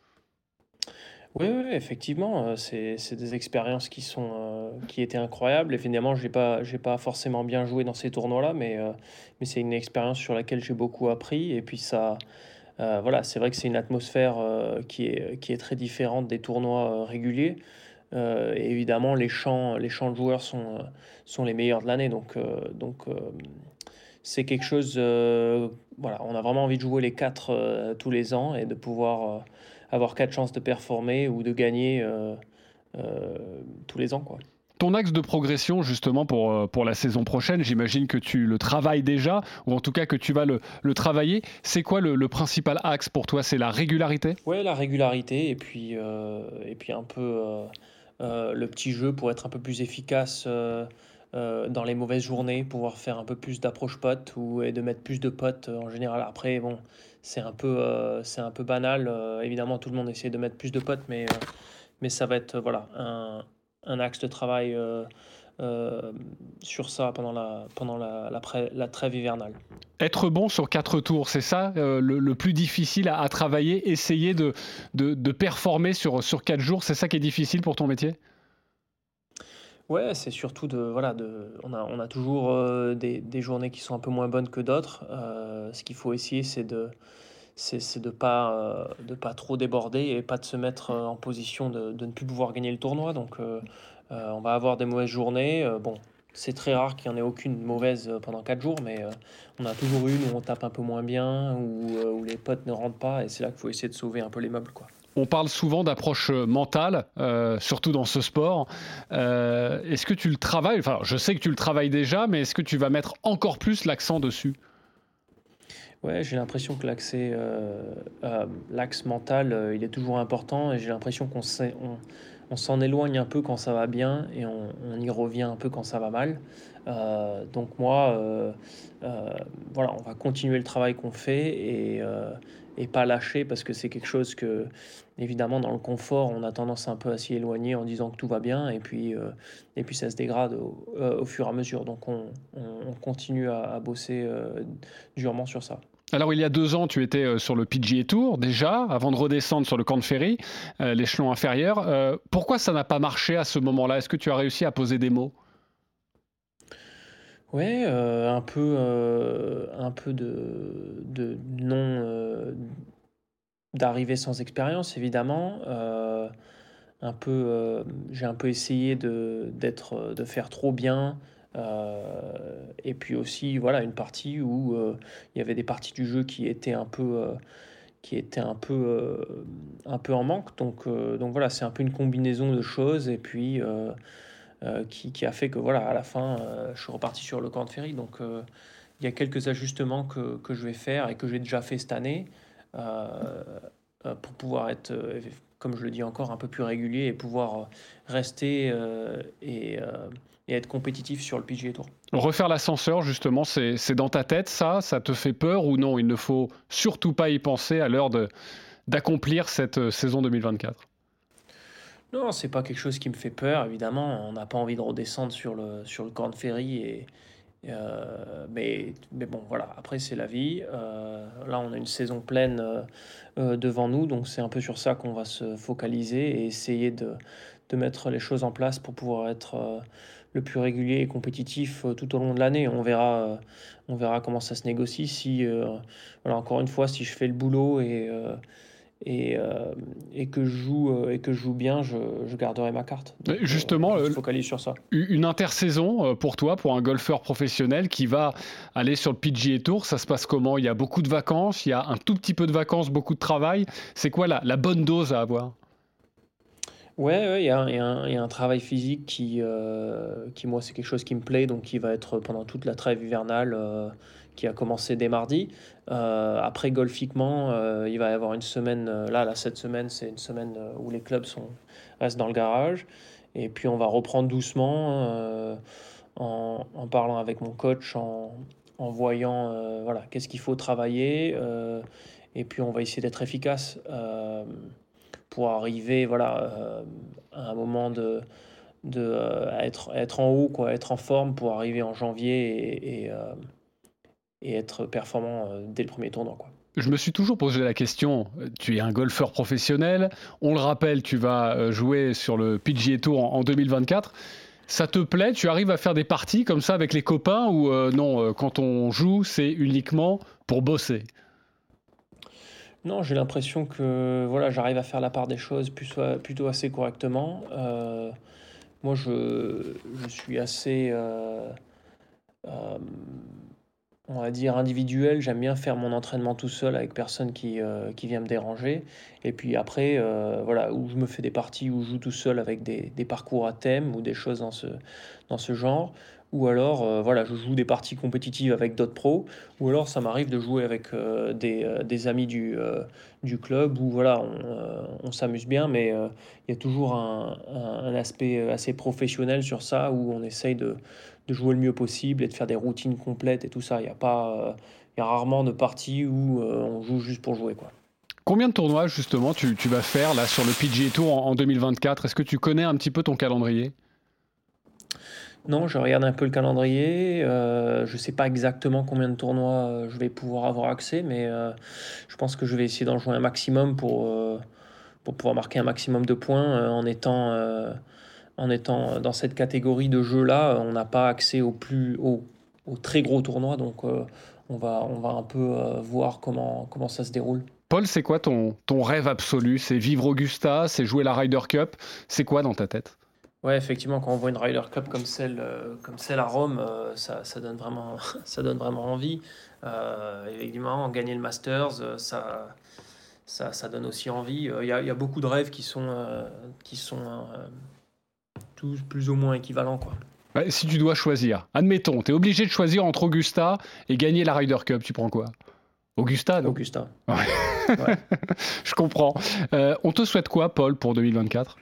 Oui, effectivement, c'est des expériences qui étaient incroyables. Évidemment, j'ai pas forcément bien joué dans ces tournois-là, mais c'est une expérience sur laquelle j'ai beaucoup appris. Et puis ça, c'est vrai que c'est une atmosphère qui est très différente des tournois réguliers. Et évidemment, les champs de joueurs sont les meilleurs de l'année. Donc c'est quelque chose. On a vraiment envie de jouer les 4 tous les ans et de pouvoir avoir 4 chances de performer ou de gagner tous les ans, quoi. Ton axe de progression, justement, pour la saison prochaine, j'imagine que tu le travailles déjà, ou en tout cas que tu vas le travailler. C'est quoi le principal axe pour toi ? C'est la régularité ? Oui, la régularité, et puis un peu le petit jeu pour être un peu plus efficace dans les mauvaises journées, pouvoir faire un peu plus d'approche putt et de mettre plus de putts en général. Après, bon, c'est un peu banal. Évidemment, tout le monde essaie de mettre plus de putts, mais ça va être un axe de travail sur ça pendant la trêve hivernale. Être bon sur 4 tours, c'est ça le plus difficile à travailler, essayer de performer sur 4 jours, c'est ça qui est difficile pour ton métier ? Ouais, c'est surtout on a toujours des journées qui sont un peu moins bonnes que d'autres. Ce qu'il faut essayer, c'est c'est de pas trop déborder et pas de se mettre en position de ne plus pouvoir gagner le tournoi. Donc, on va avoir des mauvaises journées. Bon, c'est très rare qu'il n'y en ait aucune mauvaise pendant 4 jours, mais on a toujours une où on tape un peu moins bien, où les potes ne rentrent pas, et c'est là qu'il faut essayer de sauver un peu les meubles, quoi. On parle souvent d'approche mentale, surtout dans ce sport. Est-ce que tu le travailles ? Enfin, je sais que tu le travailles déjà, mais est-ce que tu vas mettre encore plus l'accent dessus ? Ouais, j'ai l'impression que l'axe mental, il est toujours important, et j'ai l'impression on s'en éloigne un peu quand ça va bien et on y revient un peu quand ça va mal. Donc moi, voilà, on va continuer le travail qu'on fait et pas lâcher, parce que c'est quelque chose que, évidemment, dans le confort, on a tendance un peu à s'y éloigner en disant que tout va bien, et puis ça se dégrade au fur et à mesure. Donc on continue à bosser durement sur ça. Alors, il y a 2 ans, tu étais sur le PGA Tour déjà, avant de redescendre sur le Korn Ferry, l'échelon inférieur. Pourquoi ça n'a pas marché à ce moment-là ? Est-ce que tu as réussi à poser des mots ? Ouais, un peu de non, d'arrivée sans expérience, évidemment. J'ai un peu essayé de faire trop bien. Et puis aussi, voilà, une partie où il y avait des parties du jeu qui étaient un peu en manque. Donc voilà, c'est un peu une combinaison de choses, et puis qui a fait que, voilà, à la fin, je suis reparti sur le Korn Ferry. Donc il y a quelques ajustements que je vais faire et que j'ai déjà fait cette année, pour pouvoir être, comme je le dis encore, un peu plus régulier et pouvoir rester et être compétitif sur le PGA Tour. Refaire l'ascenseur, justement, c'est dans ta tête, ça te fait peur ou non ? Il ne faut surtout pas y penser à l'heure d'accomplir cette saison 2024. Non, c'est pas quelque chose qui me fait peur, évidemment. On n'a pas envie de redescendre sur le Korn Ferry, mais bon, voilà. Après, c'est la vie. Là, on a une saison pleine devant nous, donc c'est un peu sur ça qu'on va se focaliser et essayer de mettre les choses en place pour pouvoir être le plus régulier et compétitif tout au long de l'année. On verra comment ça se négocie. Si, voilà, encore une fois, si je fais le boulot et que je joue bien, je garderai ma carte. Donc, justement, on se focalise sur ça. Une intersaison pour toi, pour un golfeur professionnel qui va aller sur le PGA Tour, ça se passe comment ? Il y a beaucoup de vacances, il y a un tout petit peu de vacances, beaucoup de travail. C'est quoi la bonne dose à avoir ? Ouais, il y a un travail physique qui, moi, c'est quelque chose qui me plaît, donc qui va être pendant toute la trêve hivernale, qui a commencé dès mardi. Après, golfiquement, il va y avoir une semaine, là, cette semaine, c'est une semaine où les clubs restent dans le garage. Et puis, on va reprendre doucement, en parlant avec mon coach, en voyant, voilà, qu'est-ce qu'il faut travailler. Et puis, on va essayer d'être efficace. Pour arriver, voilà, à un moment à être en haut, quoi, être en forme pour arriver en janvier et être performant dès le premier tournoi, quoi. Je me suis toujours posé la question, tu es un golfeur professionnel, on le rappelle, tu vas jouer sur le PGA Tour en 2024. Ça te plaît ? Tu arrives à faire des parties comme ça avec les copains ou non, quand on joue, c'est uniquement pour bosser ? Non, j'ai l'impression que, voilà, j'arrive à faire la part des choses plutôt assez correctement. Moi, je suis assez, on va dire, individuel. J'aime bien faire mon entraînement tout seul avec personne qui vient me déranger. Et puis après, voilà, où je me fais des parties où je joue tout seul avec des parcours à thème ou des choses dans ce genre. Ou alors, voilà, je joue des parties compétitives avec d'autres pros. Ou alors, ça m'arrive de jouer avec des amis du club où, voilà, on s'amuse bien. Mais il y a toujours un aspect assez professionnel sur ça, où on essaye de jouer le mieux possible et de faire des routines complètes et tout ça. Il y a rarement de parties où on joue juste pour jouer, quoi. Combien de tournois, justement, tu vas faire là sur le PGA Tour en 2024 ? Est-ce que tu connais un petit peu ton calendrier ? Non, je regarde un peu le calendrier. Je ne sais pas exactement combien de tournois je vais pouvoir avoir accès, mais je pense que je vais essayer d'en jouer un maximum pour pouvoir marquer un maximum de points en étant dans cette catégorie de jeu-là. On n'a pas accès aux très gros tournois, donc on va un peu voir comment ça se déroule. Paul, c'est quoi ton rêve absolu? C'est vivre Augusta, c'est jouer la Ryder Cup? C'est quoi dans ta tête? Ouais, effectivement, quand on voit une Ryder Cup comme celle à Rome, ça donne vraiment, ça donne vraiment envie. Évidemment, gagner le Masters, ça donne aussi envie. Il y a beaucoup de rêves qui sont tous plus ou moins équivalents, quoi. Ouais, si tu dois choisir, admettons, tu es obligé de choisir entre Augusta et gagner la Ryder Cup, tu prends quoi? Augusta, non? Augusta. Ouais. Ouais. Je comprends. On te souhaite quoi, Paul, pour 2024?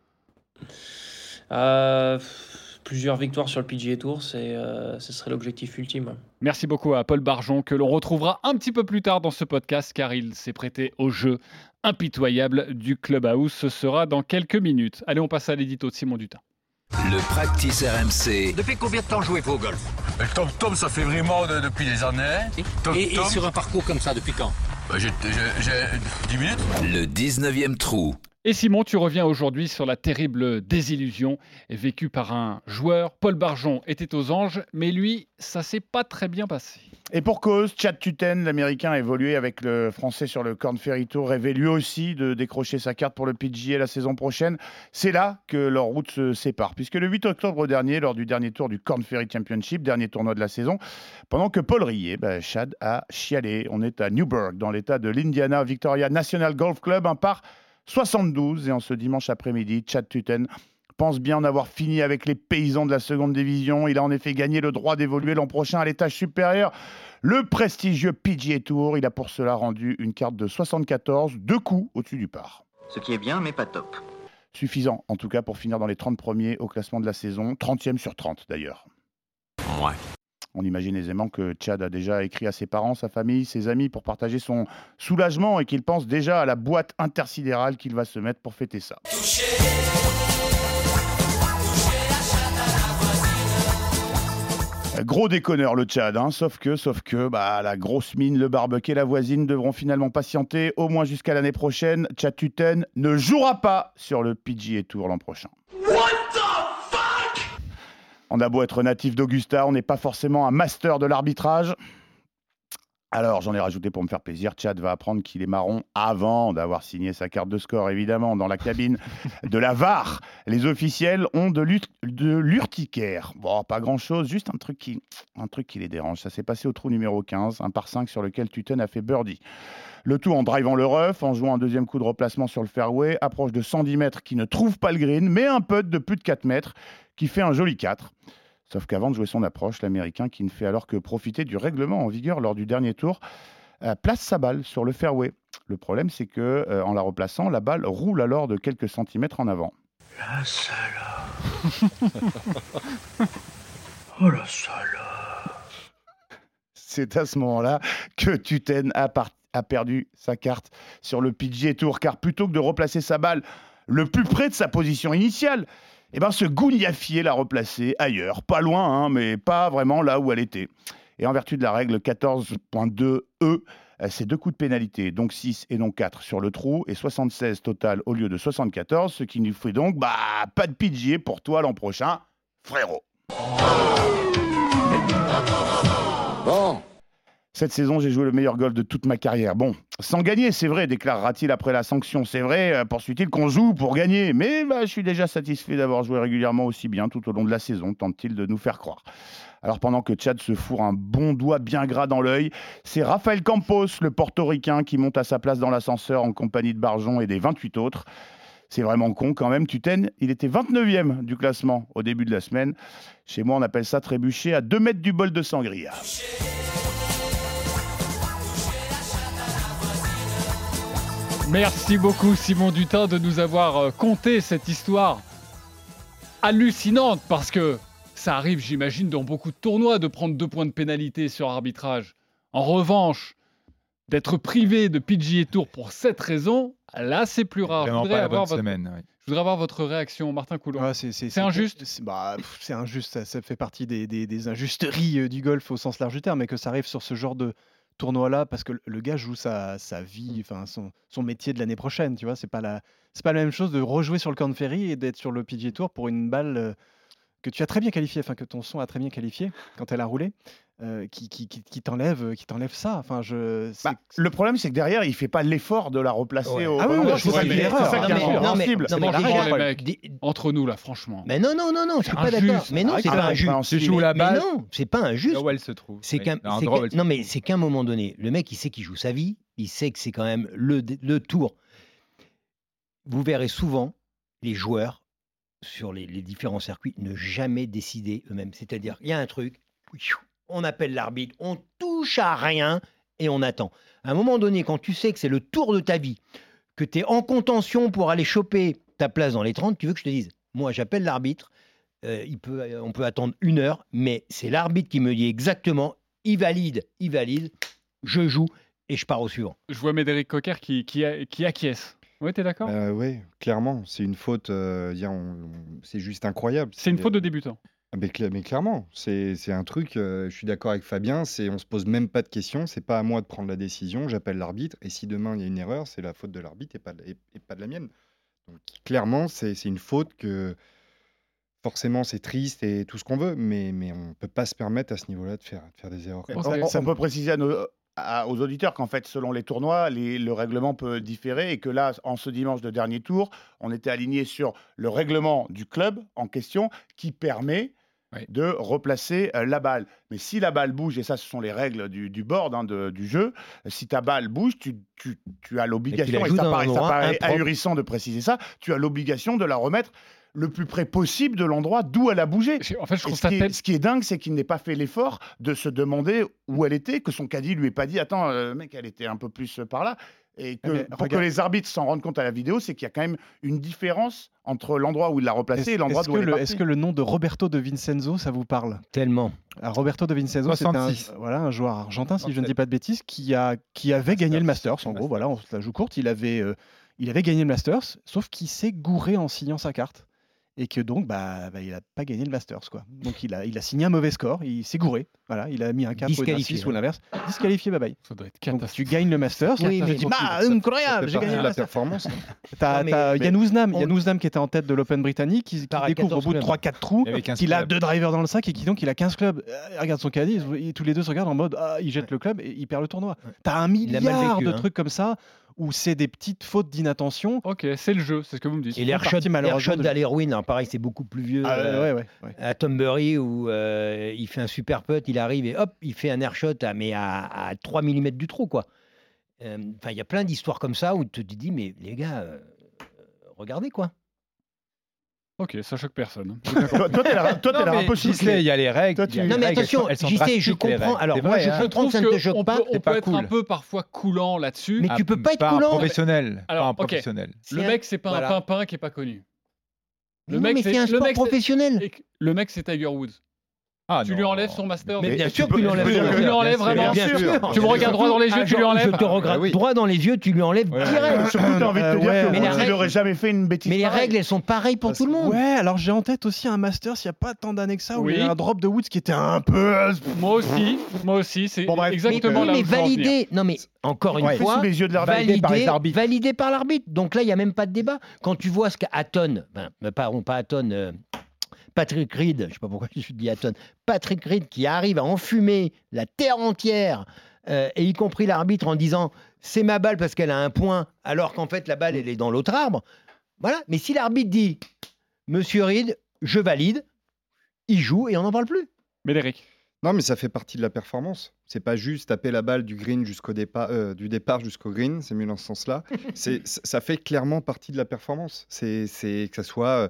Plusieurs victoires sur le PGA Tour, ce serait l'objectif ultime. Merci beaucoup à Paul Barjon, que l'on retrouvera un petit peu plus tard dans ce podcast, car il s'est prêté au jeu impitoyable du Clubhouse. Ce sera dans quelques minutes. Allez, on passe à l'édito de Simon Dutin. Le practice RMC. Depuis combien de temps jouez-vous au golf? Le tom-tom, ça fait vraiment depuis des années. Et sur un parcours comme ça, depuis quand? J'ai 10 minutes. Le 19e trou. Et Simon, tu reviens aujourd'hui sur la terrible désillusion vécue par un joueur. Paul Barjon était aux anges, mais lui, ça s'est pas très bien passé. Et pour cause, Chad Tutten, l'Américain, a évolué avec le Français sur le Korn Ferry Tour, rêvait lui aussi de décrocher sa carte pour le PGA la saison prochaine. C'est là que leurs routes se séparent, puisque le 8 octobre dernier, lors du dernier tour du Korn Ferry Championship, dernier tournoi de la saison, pendant que Paul riait, Chad a chialé. On est à Newburgh, dans l'état de l'Indiana, Victoria National Golf Club, un par 72. Et en ce dimanche après-midi, Chad Tutten pense bien en avoir fini avec les paysans de la seconde division. Il a en effet gagné le droit d'évoluer l'an prochain à l'étage supérieur, le prestigieux PGA Tour. Il a pour cela rendu une carte de 74, 2 coups au-dessus du par. Ce qui est bien, mais pas top. Suffisant, en tout cas, pour finir dans les 30 premiers au classement de la saison. 30e sur 30, d'ailleurs. Ouais. On imagine aisément que Chad a déjà écrit à ses parents, sa famille, ses amis pour partager son soulagement et qu'il pense déjà à la boîte intersidérale qu'il va se mettre pour fêter ça. Gros déconneur le Tchad, sauf que la grosse mine, le barbecue et la voisine devront finalement patienter au moins jusqu'à l'année prochaine. Chad Tutten ne jouera pas sur le PGA Tour l'an prochain. On a beau être natif d'Augusta, on n'est pas forcément un master de l'arbitrage. Alors, j'en ai rajouté pour me faire plaisir. Chad va apprendre qu'il est marron avant d'avoir signé sa carte de score, évidemment, dans la cabine de la VAR. Les officiels ont de l'urticaire. Bon, pas grand-chose, juste un truc qui les dérange. Ça s'est passé au trou numéro 15, un par 5 sur lequel Tutten a fait birdie. Le tout en drivant le rough, en jouant un deuxième coup de replacement sur le fairway, approche de 110 mètres qui ne trouve pas le green, mais un putt de plus de 4 mètres qui fait un joli 4. Sauf qu'avant de jouer son approche, l'Américain, qui ne fait alors que profiter du règlement en vigueur lors du dernier tour, place sa balle sur le fairway. Le problème, c'est que en la replaçant, la balle roule alors de quelques centimètres en avant. La salope. Oh la salope. C'est à ce moment-là que Tutten a perdu sa carte sur le PGA Tour, car plutôt que de replacer sa balle le plus près de sa position initiale, ce gougnafier l'a replacée ailleurs, pas loin, mais pas vraiment là où elle était. Et en vertu de la règle 14.2e, c'est 2 coups de pénalité, donc 6 et non 4 sur le trou, et 76 total au lieu de 74, ce qui nous fait donc pas de PGA pour toi l'an prochain, frérot. Bon. Cette saison, j'ai joué le meilleur golf de toute ma carrière. Bon, sans gagner, c'est vrai, déclarera-t-il après la sanction. C'est vrai, poursuit-il qu'on joue pour gagner. Mais je suis déjà satisfait d'avoir joué régulièrement aussi bien tout au long de la saison, tente-t-il de nous faire croire. Alors pendant que Chad se fourre un bon doigt bien gras dans l'œil, c'est Rafael Campos, le portoricain, qui monte à sa place dans l'ascenseur en compagnie de Barjon et des 28 autres. C'est vraiment con quand même. Tutten, il était 29e du classement au début de la semaine. Chez moi, on appelle ça trébucher à 2 mètres du bol de sangria. Merci beaucoup Simon Dutin de nous avoir conté cette histoire hallucinante, parce que ça arrive, j'imagine, dans beaucoup de tournois de prendre 2 points de pénalité sur arbitrage. En revanche, d'être privé de PGA Tour pour cette raison, là c'est plus rare. Je voudrais avoir votre réaction, Martin Coulon. C'est injuste. C'est injuste, ça fait partie des injusteries du golf au sens large du terme, mais que ça arrive sur ce genre de tournoi-là, parce que le gars joue sa vie, son métier de l'année prochaine, tu vois, c'est pas la même chose de rejouer sur le Korn Ferry et d'être sur le PGA Tour pour une balle que tu as très bien qualifié, enfin que ton son a très bien qualifié quand elle a roulé, qui t'enlève ça. Enfin, le problème, c'est que derrière, il fait pas l'effort de la replacer au. Ah oui, c'est ça qui est incompréhensible. Entre nous là, franchement. Mais non, je suis pas d'accord. Mais non, c'est pas injuste. Tu joues la balle. Mais non, c'est pas injuste. Là où elle se trouve. Non, mais c'est qu'à un moment donné, le mec, il sait qu'il joue sa vie. Il sait que c'est quand même le tour. Vous verrez souvent les joueurs sur les différents circuits ne jamais décider eux-mêmes. C'est-à-dire, il y a un truc, on appelle l'arbitre, on touche à rien et on attend. À un moment donné, quand tu sais que c'est le tour de ta vie, que tu es en contention pour aller choper ta place dans les 30, tu veux que je te dise, moi j'appelle l'arbitre, on peut attendre 1 heure, mais c'est l'arbitre qui me dit exactement, il valide, je joue et je pars au suivant. Je vois Médéric Cocker qui acquiesce. Oui, t'es d'accord ? Oui, clairement, c'est une faute, c'est juste incroyable. C'est une faute de débutant. Mais clairement, c'est un truc, je suis d'accord avec Fabien, on se pose même pas de questions, c'est pas à moi de prendre la décision, j'appelle l'arbitre, et si demain il y a une erreur, c'est la faute de l'arbitre et pas de la mienne. Donc clairement, c'est une faute que, forcément, c'est triste et tout ce qu'on veut, mais on peut pas se permettre à ce niveau-là de faire des erreurs. On peut préciser aux auditeurs qu'en fait, selon les tournois, le règlement peut différer et que là, en ce dimanche de dernier tour, on était aligné sur le règlement du club en question qui permet de replacer la balle. Mais si la balle bouge, et ça, ce sont les règles du board, du jeu, si ta balle bouge, tu as l'obligation, et ça paraît ahurissant de préciser ça, tu as l'obligation de la remettre le plus près possible de l'endroit d'où elle a bougé. En fait, ce qui est dingue, c'est qu'il n'ait pas fait l'effort de se demander où elle était, que son caddie lui ait pas dit « Attends, mec, elle était un peu plus par là ». Et pour que les arbitres s'en rendent compte à la vidéo, c'est qu'il y a quand même une différence entre l'endroit où il l'a replacé et l'endroit où elle est partie. Est-ce que le nom de Roberto de Vincenzo, ça vous parle ? Tellement. Alors, Roberto de Vincenzo, c'est un joueur argentin, si je ne dis pas de bêtises, qui avait gagné le Masters. En gros, voilà, on se la joue courte. Il avait gagné le Masters, sauf qu'il s'est gouré en signant sa carte. Et que donc, il n'a pas gagné le Masters, quoi. Donc, il a signé un mauvais score, il s'est gouré. Voilà, il a mis un 4 ou un 6 ou l'inverse. Disqualifié, bye bye. Ça doit être donc, tu gagnes le Masters. Oui, mais incroyable, j'ai gagné la performance. T'as Jan Ousnam qui était en tête de l'Open britannique, qui découvre au bout de 3-4 trous qu'il a 2 drivers dans le sac et il a 15 clubs. Il regarde son caddie, tous les deux se regardent en mode il jette le club et il perd le tournoi. T'as 1 milliard de trucs comme ça où c'est des petites fautes d'inattention. Ok, c'est le jeu, c'est ce que vous me dites. Et l'airshot d'Alerwin, pareil, c'est beaucoup plus vieux. À Tombury, où il fait un super putt, il arrive et hop, il fait un airshot à 3 mm du trou, quoi. Enfin, il y a plein d'histoires comme ça où tu te dis, mais les gars, regardez, quoi. Ok, ça choque personne. Toi, t'es là un peu Gisley, il y a les règles. Non, mais attention, Gisley, je comprends. Alors, moi, je comprends que ça ne te choque pas. On peut être un peu parfois coulant là-dessus. Mais tu peux pas être coulant. Professionnel. Alors, professionnel. Le mec, c'est pas un pimpin qui est pas connu. Mais c'est un sport professionnel. Le mec, c'est Tiger Woods. Tu lui enlèves son master. Mais bien sûr que tu lui enlèves. Tu lui enlèves vraiment. Bien sûr. Tu me regardes droit dans les yeux, tu lui enlèves. Je te regarde droit dans les yeux, tu lui enlèves direct. Surtout, t'as envie de te dire que tu n'aurais jamais fait une bêtise. Mais les règles, elles sont pareilles pour tout le monde. Ouais, alors j'ai en tête aussi un Masters, il n'y a pas tant d'années que ça, où il y a un drop de Woods qui était un peu. Moi aussi, c'est exactement là où mais validé. Non, mais encore une fois, validé par l'arbitre. Donc là, il n'y a même pas de débat. Quand tu vois ce qu'Hatton, pas Hatton. Patrick Reed, je ne sais pas pourquoi je dis Hatton, Patrick Reed qui arrive à enfumer la terre entière, et y compris l'arbitre en disant c'est ma balle parce qu'elle a un point, alors qu'en fait la balle elle est dans l'autre arbre. Voilà. Mais si l'arbitre dit Monsieur Reed, je valide, il joue et on n'en parle plus. Médéric. Non, mais ça fait partie de la performance. C'est pas juste taper la balle du green jusqu'au départ, du départ jusqu'au green. C'est mieux dans ce sens-là. Ça fait clairement partie de la performance. C'est que ça soit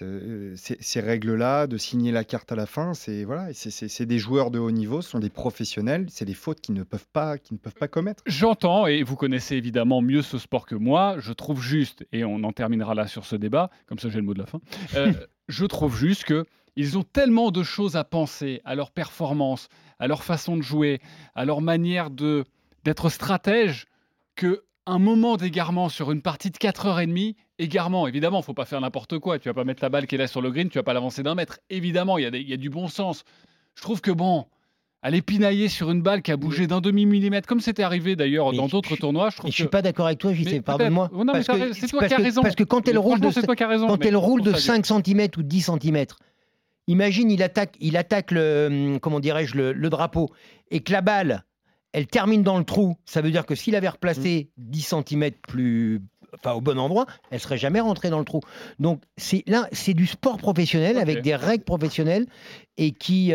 ces règles-là, de signer la carte à la fin. C'est des joueurs de haut niveau, ce sont des professionnels. C'est des fautes qu'ils ne peuvent pas commettre. J'entends, et vous connaissez évidemment mieux ce sport que moi. Je trouve juste, et on en terminera là sur ce débat. Comme ça, j'ai le mot de la fin. Je trouve juste que ils ont tellement de choses à penser à leur performance, à leur façon de jouer, à leur manière d'être stratège, qu'un moment d'égarement sur une partie de 4h30, égarement, évidemment, il ne faut pas faire n'importe quoi. Tu ne vas pas mettre la balle qui est là sur le green, tu ne vas pas l'avancer d'1 mètre. Évidemment, il y a du bon sens. Je trouve que aller pinailler sur une balle qui a bougé d'un demi-millimètre, comme c'était arrivé d'ailleurs dans d'autres tournois. Je ne suis pas d'accord avec toi, JC, pardonne-moi. Non, c'est toi qui as raison. Parce que quand elle roule de 5 cm ou 10 cm, Imagine, il attaque le drapeau et que la balle, elle termine dans le trou. Ça veut dire que s'il avait replacé 10 cm au bon endroit, elle serait jamais rentrée dans le trou. Donc c'est du sport professionnel avec des règles professionnelles et qui,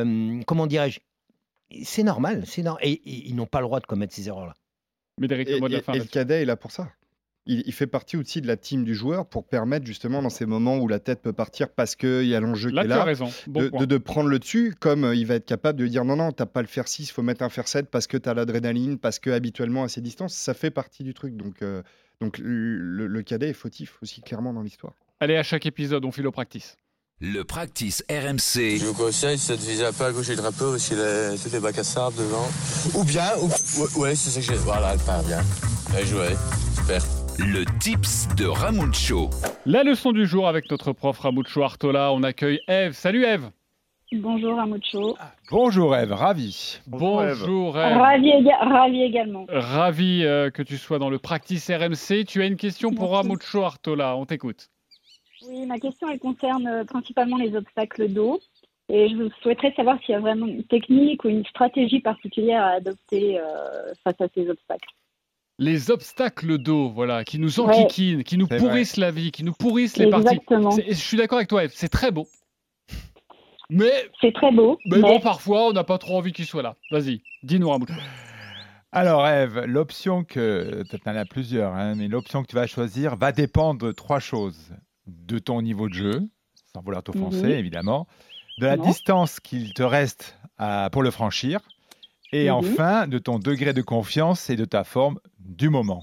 c'est normal. Et ils n'ont pas le droit de commettre ces erreurs-là. Et le cadet est là pour ça. Il fait partie aussi de la team du joueur pour permettre justement dans ces moments où la tête peut partir parce qu'il y a l'enjeu qui est là, tu as raison. De prendre le dessus, comme il va être capable de dire non, tu n'as pas le fer 6, il faut mettre un fer 7 parce que tu as l'adrénaline, parce que habituellement à ces distances, ça fait partie du truc. Donc le cadet est fautif aussi clairement dans l'histoire. Allez, à chaque épisode, on file au practice. Le practice RMC. Je vous conseille, c'est de viser un peu à gauche du drapeau, aussi tous les bacs à sable devant. Ouais, c'est ça que j'ai. Voilà, elle part bien. Bien joué, super. Le tips de Ramucho. La leçon du jour avec notre prof Ramucho Artola. On accueille Ève. Salut Ève. Bonjour Ramucho. Bonjour Ève, ravi. Bonjour Ève. Ravi également. Ravi que tu sois dans le practice RMC. Tu as une question pour Ramucho Artola. On t'écoute. Oui, ma question elle concerne principalement les obstacles d'eau. Et je souhaiterais savoir s'il y a vraiment une technique ou une stratégie particulière à adopter face à ces obstacles. Les obstacles d'eau, voilà, qui nous enquiquinent, qui nous pourrissent la vie, qui nous pourrissent les parties. Je suis d'accord avec toi, Ève, c'est très beau. C'est très beau. Mais bon, parfois, on n'a pas trop envie qu'il soit là. Vas-y, dis-nous, Ramucho. Alors, Ève, l'option que... Tu en as plusieurs, mais l'option que tu vas choisir va dépendre de 3 choses. De ton niveau de jeu, sans vouloir t'offenser, évidemment. De la distance qu'il te reste pour le franchir. Et enfin, de ton degré de confiance et de ta forme du moment.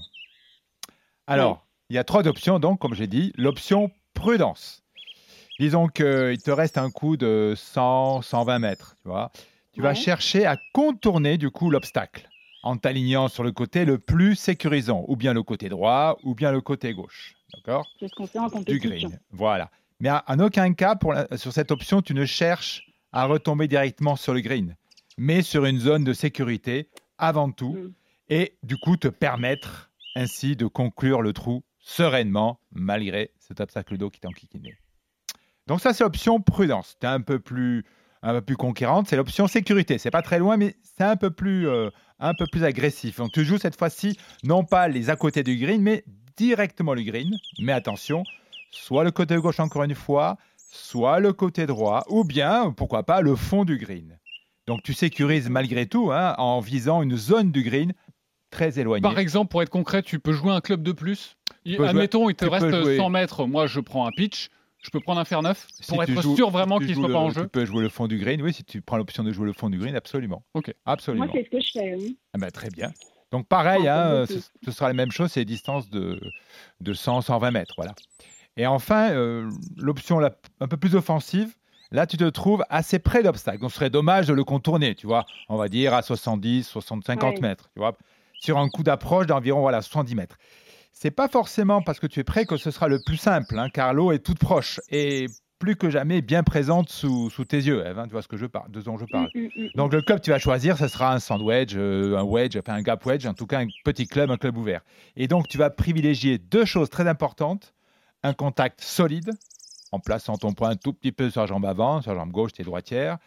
Alors, il y a 3 options, donc, comme j'ai dit. L'option prudence. Disons qu'il te reste un coup de 100, 120 mètres, tu vois. Tu vas chercher à contourner, du coup, l'obstacle en t'alignant sur le côté le plus sécurisant, ou bien le côté droit, ou bien le côté gauche. D'accord ? C'est ce qu'on fait en compétition. Du green, voilà. Mais en aucun cas, sur cette option, tu ne cherches à retomber directement sur le green, mais sur une zone de sécurité avant tout, et du coup te permettre ainsi de conclure le trou sereinement, malgré cet obstacle d'eau qui t'enquiquinait. Donc ça, c'est l'option prudence. Tu es un peu plus conquérante. C'est l'option sécurité. C'est pas très loin, mais c'est un peu plus agressif. Donc tu joues cette fois-ci, non pas les à côté du green, mais directement le green. Mais attention, soit le côté gauche encore une fois, soit le côté droit, ou bien, pourquoi pas, le fond du green. Donc, tu sécurises malgré tout en visant une zone du green très éloignée. Par exemple, pour être concret, tu peux jouer un club de plus. Admettons, il te reste 100 mètres. Moi, je prends un pitch. Je peux prendre un fer 9 pour être sûr vraiment qu'il ne soit pas en jeu. Tu peux jouer le fond du green. Oui, si tu prends l'option de jouer le fond du green, absolument. Ok. Absolument. Moi, c'est ce que je fais. Oui. Très bien. Donc, pareil, ce sera la même chose. C'est des distances de 100, 120 mètres. Voilà. Et enfin, l'option un peu plus offensive, là, tu te trouves assez près d'obstacle. Donc, ce serait dommage de le contourner, tu vois. On va dire à 70, 50 mètres, tu vois, sur un coup d'approche d'environ 70 mètres. C'est pas forcément parce que tu es prêt que ce sera le plus simple, car l'eau est toute proche et plus que jamais bien présente sous tes yeux, Ève, tu vois de ce dont je parle. Donc, le club que tu vas choisir, ce sera un sand wedge, un gap wedge, en tout cas un petit club, un club ouvert. Et donc, tu vas privilégier 2 choses très importantes. Un contact solide, en plaçant ton poing un tout petit peu sur la jambe avant, sur la jambe gauche, tu es droitière.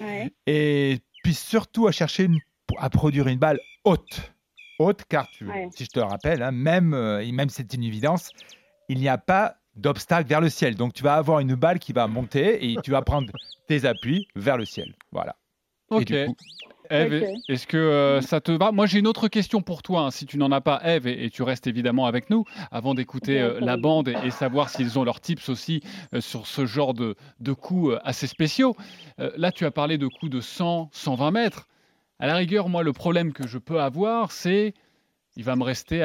Et puis surtout à produire une balle haute. Haute, car si je te rappelle, même si c'est une évidence, il n'y a pas d'obstacle vers le ciel. Donc tu vas avoir une balle qui va monter et tu vas prendre tes appuis vers le ciel. Voilà. Ok. Et du coup, Ève, est-ce que ça te va ? Moi, j'ai une autre question pour toi, si tu n'en as pas, Ève, et tu restes évidemment avec nous, avant d'écouter la bande et savoir s'ils ont leurs tips aussi sur ce genre de coups assez spéciaux. Là, tu as parlé de coups de 100, 120 mètres. À la rigueur, moi, le problème que je peux avoir, c'est il va me rester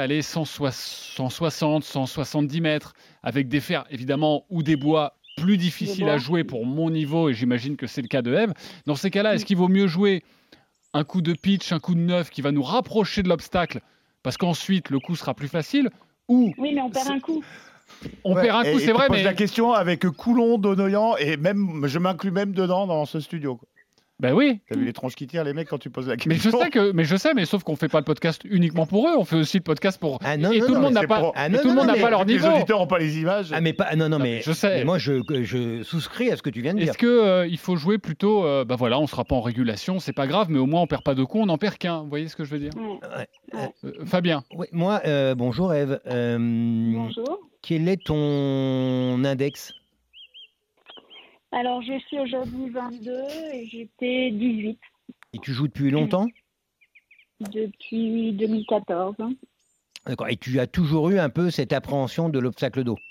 160, 170 mètres, avec des fers, évidemment, ou des bois plus difficiles à jouer pour mon niveau, et j'imagine que c'est le cas de Ève. Dans ces cas-là, est-ce qu'il vaut mieux jouer un coup de pitch, un coup de 9 qui va nous rapprocher de l'obstacle parce qu'ensuite le coup sera plus facile ou... Oui, mais on perd un coup. On perd un coup, c'est vrai, mais... la question avec Coulon, Donoyan, et même, je m'inclus même dedans dans ce studio. Ben oui. T'as vu les tronches qui tirent, les mecs, quand tu poses la question. Mais je sais, mais sauf qu'on fait pas le podcast uniquement pour eux, on fait aussi le podcast pour. Ah non, et non, tout le non, monde mais n'a pas, pour- Ah et non, tout le non, monde n'a mais pas leur Les niveau. auditeurs n'ont pas les images. Ah mais pas non non mais je sais. mais moi je souscris à ce que tu viens de dire. Est-ce que il faut jouer plutôt bah voilà, on sera pas en régulation, c'est pas grave, mais au moins on perd pas de coups, on n'en perd qu'un. Vous voyez ce que je veux dire? Fabien. Ouais, moi bonjour Ève. Bonjour. Quel est ton index? Alors, je suis aujourd'hui 22 et j'étais 18 Et tu joues depuis longtemps? depuis 2014. D'accord. Et tu as toujours eu un peu cette appréhension de l'obstacle d'eau?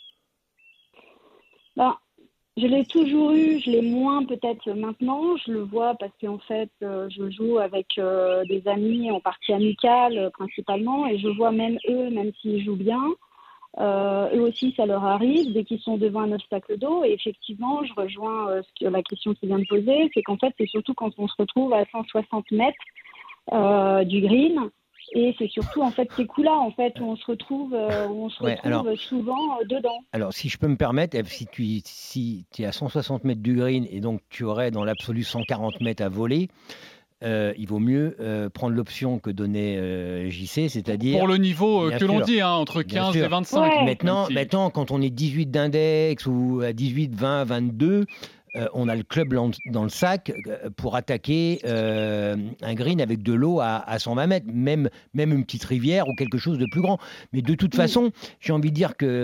Ben, je l'ai toujours eu, je l'ai moins peut-être maintenant. Je le vois parce qu'en fait, je joue avec des amis en partie amicale principalement et je vois même eux, même s'ils jouent bien, eux aussi, ça leur arrive dès qu'ils sont devant un obstacle d'eau. Et effectivement, je rejoins la question qu'il vient de poser, c'est qu'en fait, c'est surtout quand on se retrouve à 160 mètres du green. Et c'est surtout en fait ces coups-là en fait où on se retrouve, souvent dedans. Alors, si je peux me permettre, Ève, si tu es à 160 mètres du green et donc tu aurais dans l'absolu 140 mètres à voler, il vaut mieux prendre l'option que donnait JC, c'est-à-dire... Pour le niveau Bien que l'on sûr. dit, hein, entre Bien 15 sûr. et 25. Maintenant, quand on est 18 d'index ou à 18, 20, 22, on a le club dans le sac pour attaquer un green avec de l'eau à 120 mètres, même une petite rivière ou quelque chose de plus grand. Mais de toute façon, j'ai envie de dire que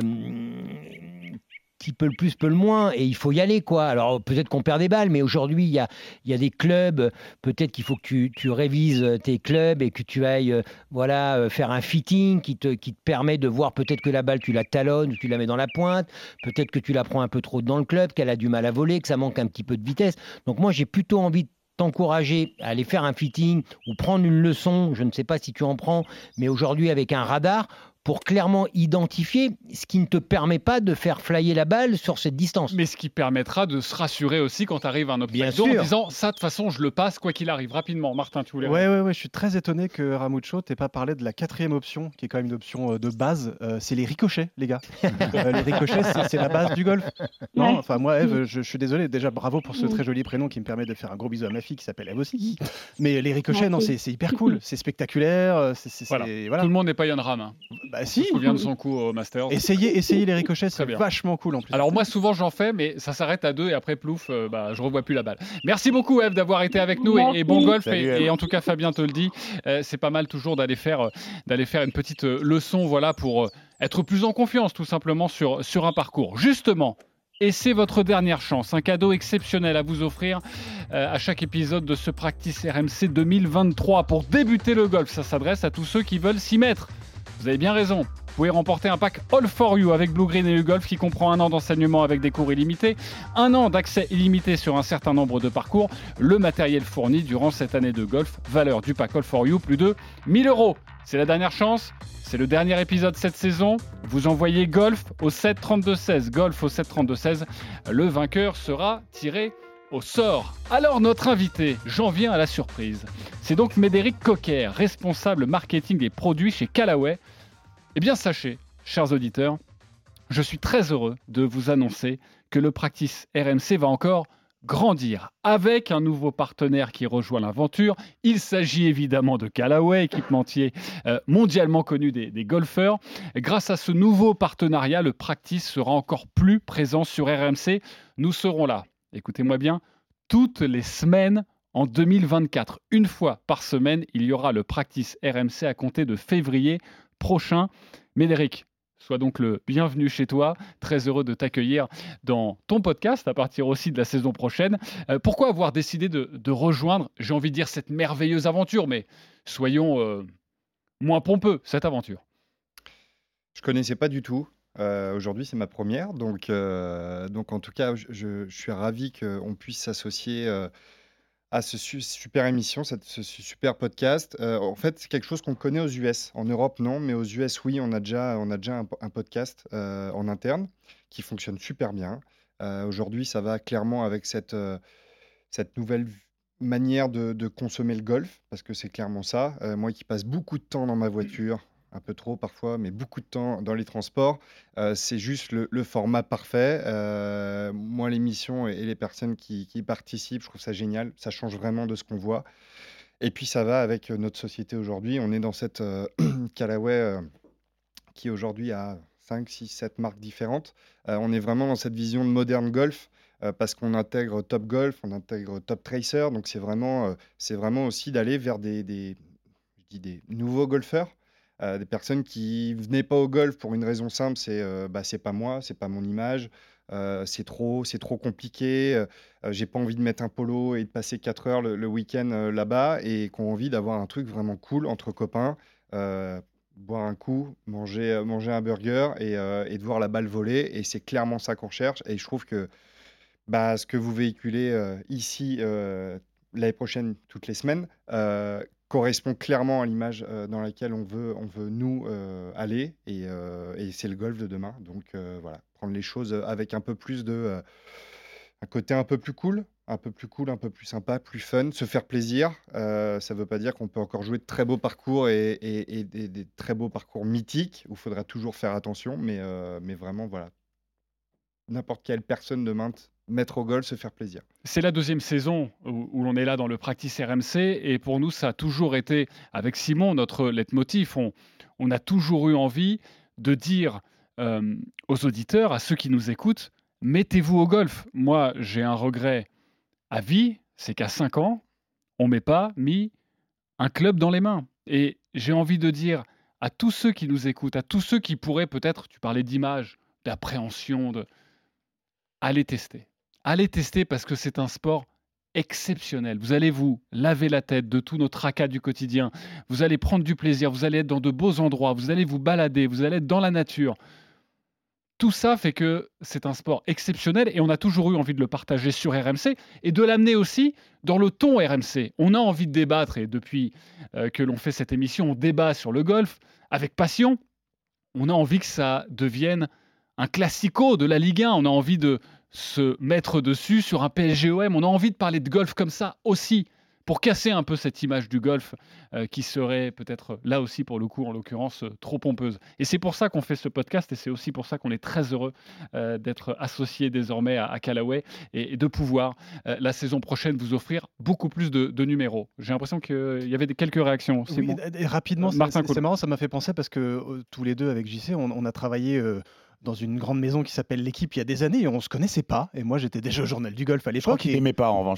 qui peut le plus, peut le moins, et il faut y aller, quoi. Alors, peut-être qu'on perd des balles, mais aujourd'hui, il y a des clubs, peut-être qu'il faut que tu révises tes clubs et que tu ailles faire un fitting qui te permet de voir peut-être que la balle, tu la talonnes ou tu la mets dans la pointe, peut-être que tu la prends un peu trop dans le club, qu'elle a du mal à voler, que ça manque un petit peu de vitesse. Donc moi, j'ai plutôt envie de t'encourager à aller faire un fitting ou prendre une leçon, je ne sais pas si tu en prends, mais aujourd'hui avec un radar, pour clairement identifier ce qui ne te permet pas de faire flyer la balle sur cette distance. Mais ce qui permettra de se rassurer aussi quand tu arrives à un obstacle d'eau en disant ça, de toute façon, je le passe quoi qu'il arrive rapidement. Martin, tu voulais Ouais, je suis très étonné que Ramucho t'ait pas parlé de la 4e option, qui est quand même une option de base. C'est les ricochets, les gars. Les ricochets, c'est la base du golf. Non, enfin, moi, Ève, je suis désolé. Déjà, bravo pour ce très joli prénom qui me permet de faire un gros bisou à ma fille qui s'appelle Ève aussi. Mais les ricochets, non, c'est hyper cool. C'est spectaculaire. Voilà. Tout le monde n'est pas Yann Ram. Hein. Bah si. Je me souviens de son coup au Masters. Essayez les ricochets, c'est vachement cool en plus. Alors moi souvent j'en fais, mais ça s'arrête à 2 et après plouf, je revois plus la balle. Merci beaucoup Ève d'avoir été avec nous et bon golf. Salut, et en tout cas Fabien te le dit, c'est pas mal toujours d'aller faire une petite leçon, pour être plus en confiance tout simplement sur un parcours. Justement. Et c'est votre dernière chance, un cadeau exceptionnel à vous offrir à chaque épisode de ce Practice RMC 2023. Pour débuter le golf, ça s'adresse à tous ceux qui veulent s'y mettre. Vous avez bien raison, vous pouvez remporter un pack All for You avec Blue Green et U-Golf qui comprend 1 an d'enseignement avec des cours illimités, 1 an d'accès illimité sur un certain nombre de parcours, le matériel fourni durant cette année de golf, valeur du pack All for You, plus de 1 000 €. C'est la dernière chance, c'est le dernier épisode cette saison. Vous envoyez Golf au 732-16, Golf au 732-16. Le vainqueur sera tiré au sort. Alors notre invité, j'en viens à la surprise. C'est donc Médéric Cocker, responsable marketing et produits chez Callaway. Eh bien sachez, chers auditeurs, je suis très heureux de vous annoncer que le Practice RMC va encore grandir avec un nouveau partenaire qui rejoint l'aventure. Il s'agit évidemment de Callaway, équipementier mondialement connu des golfeurs. Grâce à ce nouveau partenariat, le Practice sera encore plus présent sur RMC. Nous serons là, écoutez-moi bien, toutes les semaines en 2024. Une fois par semaine, il y aura le Practice RMC à compter de février prochain. Médéric, sois donc le bienvenu chez toi. Très heureux de t'accueillir dans ton podcast à partir aussi de la saison prochaine. Pourquoi avoir décidé de rejoindre, j'ai envie de dire, cette merveilleuse aventure, mais soyons moins pompeux, cette aventure? Je ne connaissais pas du tout. Aujourd'hui, c'est ma première. Donc en tout cas, je suis ravi qu'on puisse s'associer à ce super émission, ce super podcast. En fait, c'est quelque chose qu'on connaît aux US. En Europe, non, mais aux US, oui, on a déjà un podcast en interne qui fonctionne super bien. Aujourd'hui, ça va clairement avec cette nouvelle manière de consommer le golf, parce que c'est clairement ça. Moi qui passe beaucoup de temps dans ma voiture un peu trop parfois, mais beaucoup de temps dans les transports. C'est juste le format parfait. Moi, l'émission et les personnes qui participent, je trouve ça génial. Ça change vraiment de ce qu'on voit. Et puis, ça va avec notre société aujourd'hui. On est dans cette Callaway qui aujourd'hui a 5, 6, 7 marques différentes. On est vraiment dans cette vision de moderne golf. Parce qu'on intègre Top Golf, on intègre Top Tracer, donc c'est vraiment aussi d'aller vers des nouveaux golfeurs, des personnes qui venaient pas au golf pour une raison simple, c'est pas moi, c'est pas mon image, c'est trop compliqué, j'ai pas envie de mettre un polo et de passer 4 heures le week-end là-bas, et qui ont envie d'avoir un truc vraiment cool entre copains, boire un coup, manger un burger et de voir la balle voler, et c'est clairement ça qu'on recherche, et je trouve que ce que vous véhiculez ici l'année prochaine, toutes les semaines, correspond clairement à l'image dans laquelle on veut nous aller, et c'est le golf de demain. Donc voilà, prendre les choses avec un peu plus un côté un peu plus cool, un peu plus sympa, plus fun, se faire plaisir. Ça ne veut pas dire qu'on peut encore jouer de très beaux parcours et des très beaux parcours mythiques où il faudra toujours faire attention, mais vraiment voilà, n'importe quelle personne demain mettre au golf, se faire plaisir. C'est la deuxième saison où l'on est là dans le Practice RMC, et pour nous, ça a toujours été, avec Simon, notre leitmotiv. On a toujours eu envie de dire aux auditeurs, à ceux qui nous écoutent, mettez-vous au golf. Moi, j'ai un regret à vie, c'est qu'à 5 ans, on ne m'ait pas mis un club dans les mains. Et j'ai envie de dire à tous ceux qui nous écoutent, à tous ceux qui pourraient peut-être, tu parlais d'image, d'appréhension, allez tester. Allez tester, parce que c'est un sport exceptionnel. Vous allez vous laver la tête de tout notre tracas du quotidien. Vous allez prendre du plaisir. Vous allez être dans de beaux endroits. Vous allez vous balader. Vous allez être dans la nature. Tout ça fait que c'est un sport exceptionnel, et on a toujours eu envie de le partager sur RMC et de l'amener aussi dans le ton RMC. On a envie de débattre, et depuis que l'on fait cette émission, on débat sur le golf avec passion. On a envie que ça devienne un classico de la Ligue 1. On a envie de se mettre dessus sur un PSG-OM. On a envie de parler de golf comme ça aussi, pour casser un peu cette image du golf qui serait peut-être là aussi, pour le coup, en l'occurrence, trop pompeuse. Et c'est pour ça qu'on fait ce podcast, et c'est aussi pour ça qu'on est très heureux d'être associé désormais à Callaway, et de pouvoir, la saison prochaine, vous offrir beaucoup plus de numéros. J'ai l'impression qu'il y avait quelques réactions. Oui, et rapidement, c'est marrant, ça m'a fait penser, parce que tous les deux avec JC, on a travaillé dans une grande maison qui s'appelle L'Équipe il y a des années, et on se connaissait pas. Et moi, j'étais déjà au Journal du Golf à l'époque. Je crois qu'il t'aimait pas, en revanche.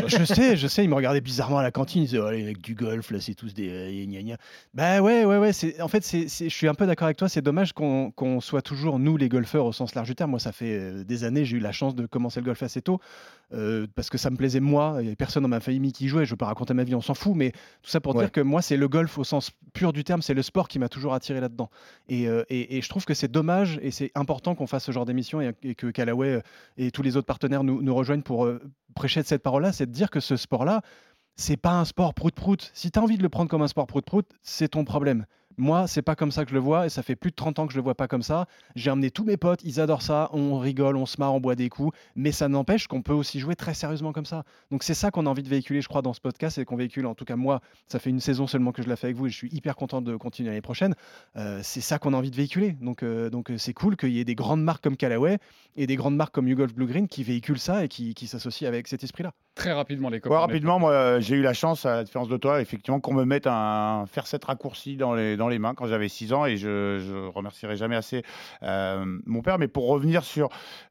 je sais, il me regardait bizarrement à la cantine. Il disait, oh, les mecs du golf, là, c'est tous des gna gna. Bah ouais. En fait, je suis un peu d'accord avec toi. C'est dommage qu'on soit toujours, nous, les golfeurs, au sens large du terme. Moi, ça fait des années, j'ai eu la chance de commencer le golf assez tôt, parce que ça me plaisait, moi. Il n'y avait personne dans ma famille qui jouait. Je ne veux pas raconter ma vie, on s'en fout. Mais tout ça pour dire que moi, c'est le golf au sens pur du terme. C'est le sport qui m'a toujours attiré là-dedans. Et je trouve que c'est dommage, et c'est important qu'on fasse ce genre d'émission, et que Callaway et tous les autres partenaires nous rejoignent pour prêcher de cette parole-là, c'est de dire que ce sport-là, c'est pas un sport prout-prout. Si tu as envie de le prendre comme un sport prout-prout, c'est ton problème. Moi, c'est pas comme ça que je le vois, et ça fait plus de 30 ans que je le vois pas comme ça. J'ai emmené tous mes potes, ils adorent ça, on rigole, on se marre, on boit des coups, mais ça n'empêche qu'on peut aussi jouer très sérieusement comme ça. Donc c'est ça qu'on a envie de véhiculer, je crois, dans ce podcast, et qu'on véhicule, en tout cas moi, ça fait une saison seulement que je la fais avec vous, et je suis hyper content de continuer l'année prochaine. C'est ça qu'on a envie de véhiculer. Donc c'est cool qu'il y ait des grandes marques comme Callaway et des grandes marques comme YouGolf Blue Green qui véhiculent ça et qui s'associent avec cet esprit-là. Très rapidement, les copains. Rapidement, moi, j'ai eu la chance, à la différence de toi, effectivement, qu'on me mette un faire-set raccourci dans les mains quand j'avais 6 ans, et je remercierai jamais assez mon père. Mais pour revenir sur...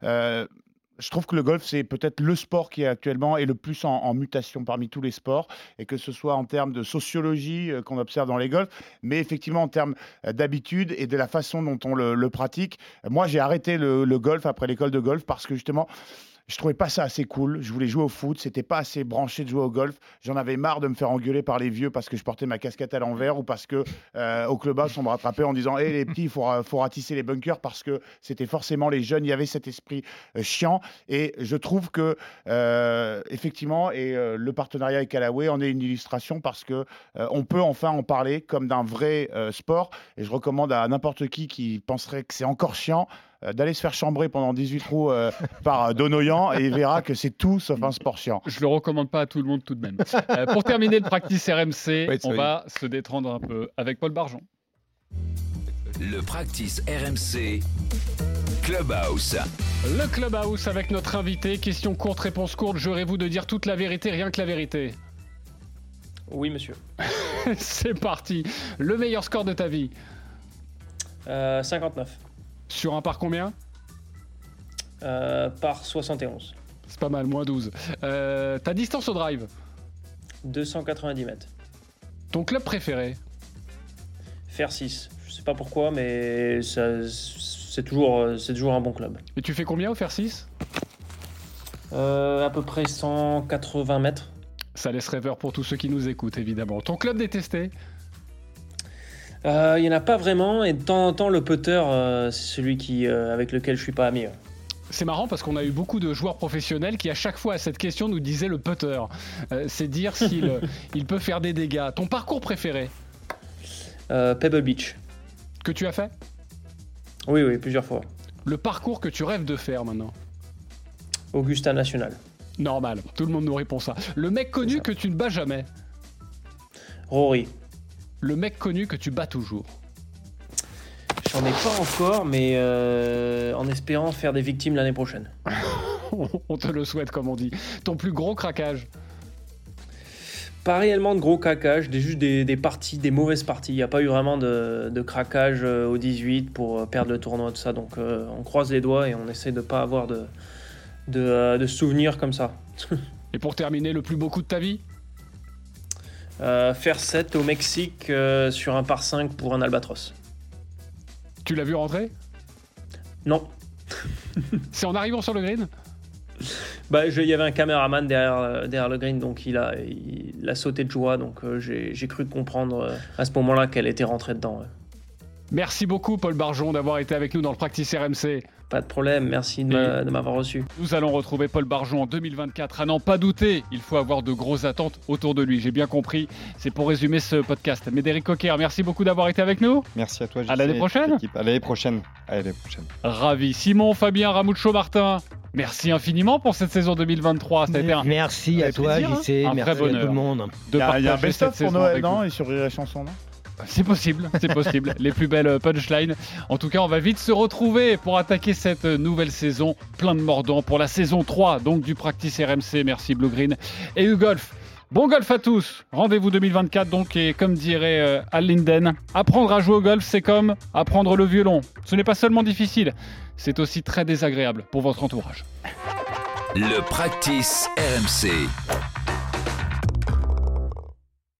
je trouve que le golf, c'est peut-être le sport qui actuellement est le plus en mutation parmi tous les sports, et que ce soit en termes de sociologie qu'on observe dans les golfs, mais effectivement en termes d'habitude et de la façon dont on le pratique. Moi, j'ai arrêté le golf après l'école de golf parce que justement... je trouvais pas ça assez cool. Je voulais jouer au foot. C'était pas assez branché de jouer au golf. J'en avais marre de me faire engueuler par les vieux parce que je portais ma casquette à l'envers, ou parce que au clubhouse on me rattrapait en disant les petits, il faut ratisser les bunkers, parce que c'était forcément les jeunes. Il y avait cet esprit chiant. Et je trouve que effectivement, le partenariat avec Callaway en est une illustration, parce que on peut enfin en parler comme d'un vrai sport. Et je recommande à n'importe qui penserait que c'est encore chiant d'aller se faire chambrer pendant 18 trous par Donoyan, et il verra que c'est tout sauf un sport chiant. Je le recommande pas à tout le monde tout de même. Pour terminer le Practice RMC, on va se détendre un peu avec Paul Barjon. Le practice RMC Clubhouse. Le Clubhouse avec notre invité. Question courte, réponse courte. Jurez-vous de dire toute la vérité, rien que la vérité? Oui, monsieur. C'est parti. Le meilleur score de ta vie? 59. Sur un par combien? Par 71. C'est pas mal, moins 12. Ta distance au drive? 290 mètres. Ton club préféré? Faire 6. Je sais pas pourquoi, mais c'est toujours un bon club. Et tu fais combien au fer 6? À peu près 180 mètres. Ça laisse rêveur pour tous ceux qui nous écoutent, évidemment. Ton club détesté? Il n'y en a pas vraiment, et de temps en temps, le putter, c'est celui avec lequel je suis pas ami. C'est marrant parce qu'on a eu beaucoup de joueurs professionnels qui, à chaque fois à cette question, nous disaient le putter. C'est dire s'il il peut faire des dégâts. Ton parcours préféré? Pebble Beach. Que tu as fait? Oui, plusieurs fois. Le parcours que tu rêves de faire maintenant? Augusta National. Normal, tout le monde nous répond ça. Le mec connu que tu ne bats jamais? Rory. Le mec connu que tu bats toujours? J'en ai pas encore, mais en espérant faire des victimes l'année prochaine. On te le souhaite, comme on dit. Ton plus gros craquage? Pas réellement de gros craquage, juste des parties, des mauvaises parties. Il n'y a pas eu vraiment de craquage au 18 pour perdre le tournoi, tout ça. Donc on croise les doigts et on essaie de ne pas avoir de souvenirs comme ça. Et pour terminer, le plus beau coup de ta vie? Faire 7 au Mexique sur un par 5 pour un albatros. Tu l'as vu rentrer? Non. C'est en arrivant sur le green? Il y avait un caméraman derrière le green, donc il a sauté de joie, donc j'ai cru comprendre à ce moment-là qu'elle était rentrée dedans. Ouais. Merci beaucoup Paul Barjon d'avoir été avec nous dans le Practice RMC. Pas de problème, merci de m'avoir reçu. Nous allons retrouver Paul Barjon en 2024. À n'en pas douter, il faut avoir de grosses attentes autour de lui. J'ai bien compris. C'est pour résumer ce podcast. Médéric Cocker, merci beaucoup d'avoir été avec nous. Merci à toi. À l'année prochaine. À l'année prochaine. Ravi. Simon, Fabien, Ramucho, Martin. Merci infiniment pour cette saison 2023. Merci à toi, JC. Un merci vrai bonheur à tout le monde. Il y a un best-of pour Noël, non? Et sur les chansons, non? C'est possible. Les plus belles punchlines. En tout cas, on va vite se retrouver pour attaquer cette nouvelle saison plein de mordants pour la saison 3 donc du Practice RMC. Merci Blue Green et U-Golf. Bon golf à tous. Rendez-vous 2024 donc, et comme dirait Al Linden, apprendre à jouer au golf, c'est comme apprendre le violon. Ce n'est pas seulement difficile, c'est aussi très désagréable pour votre entourage. Le Practice RMC.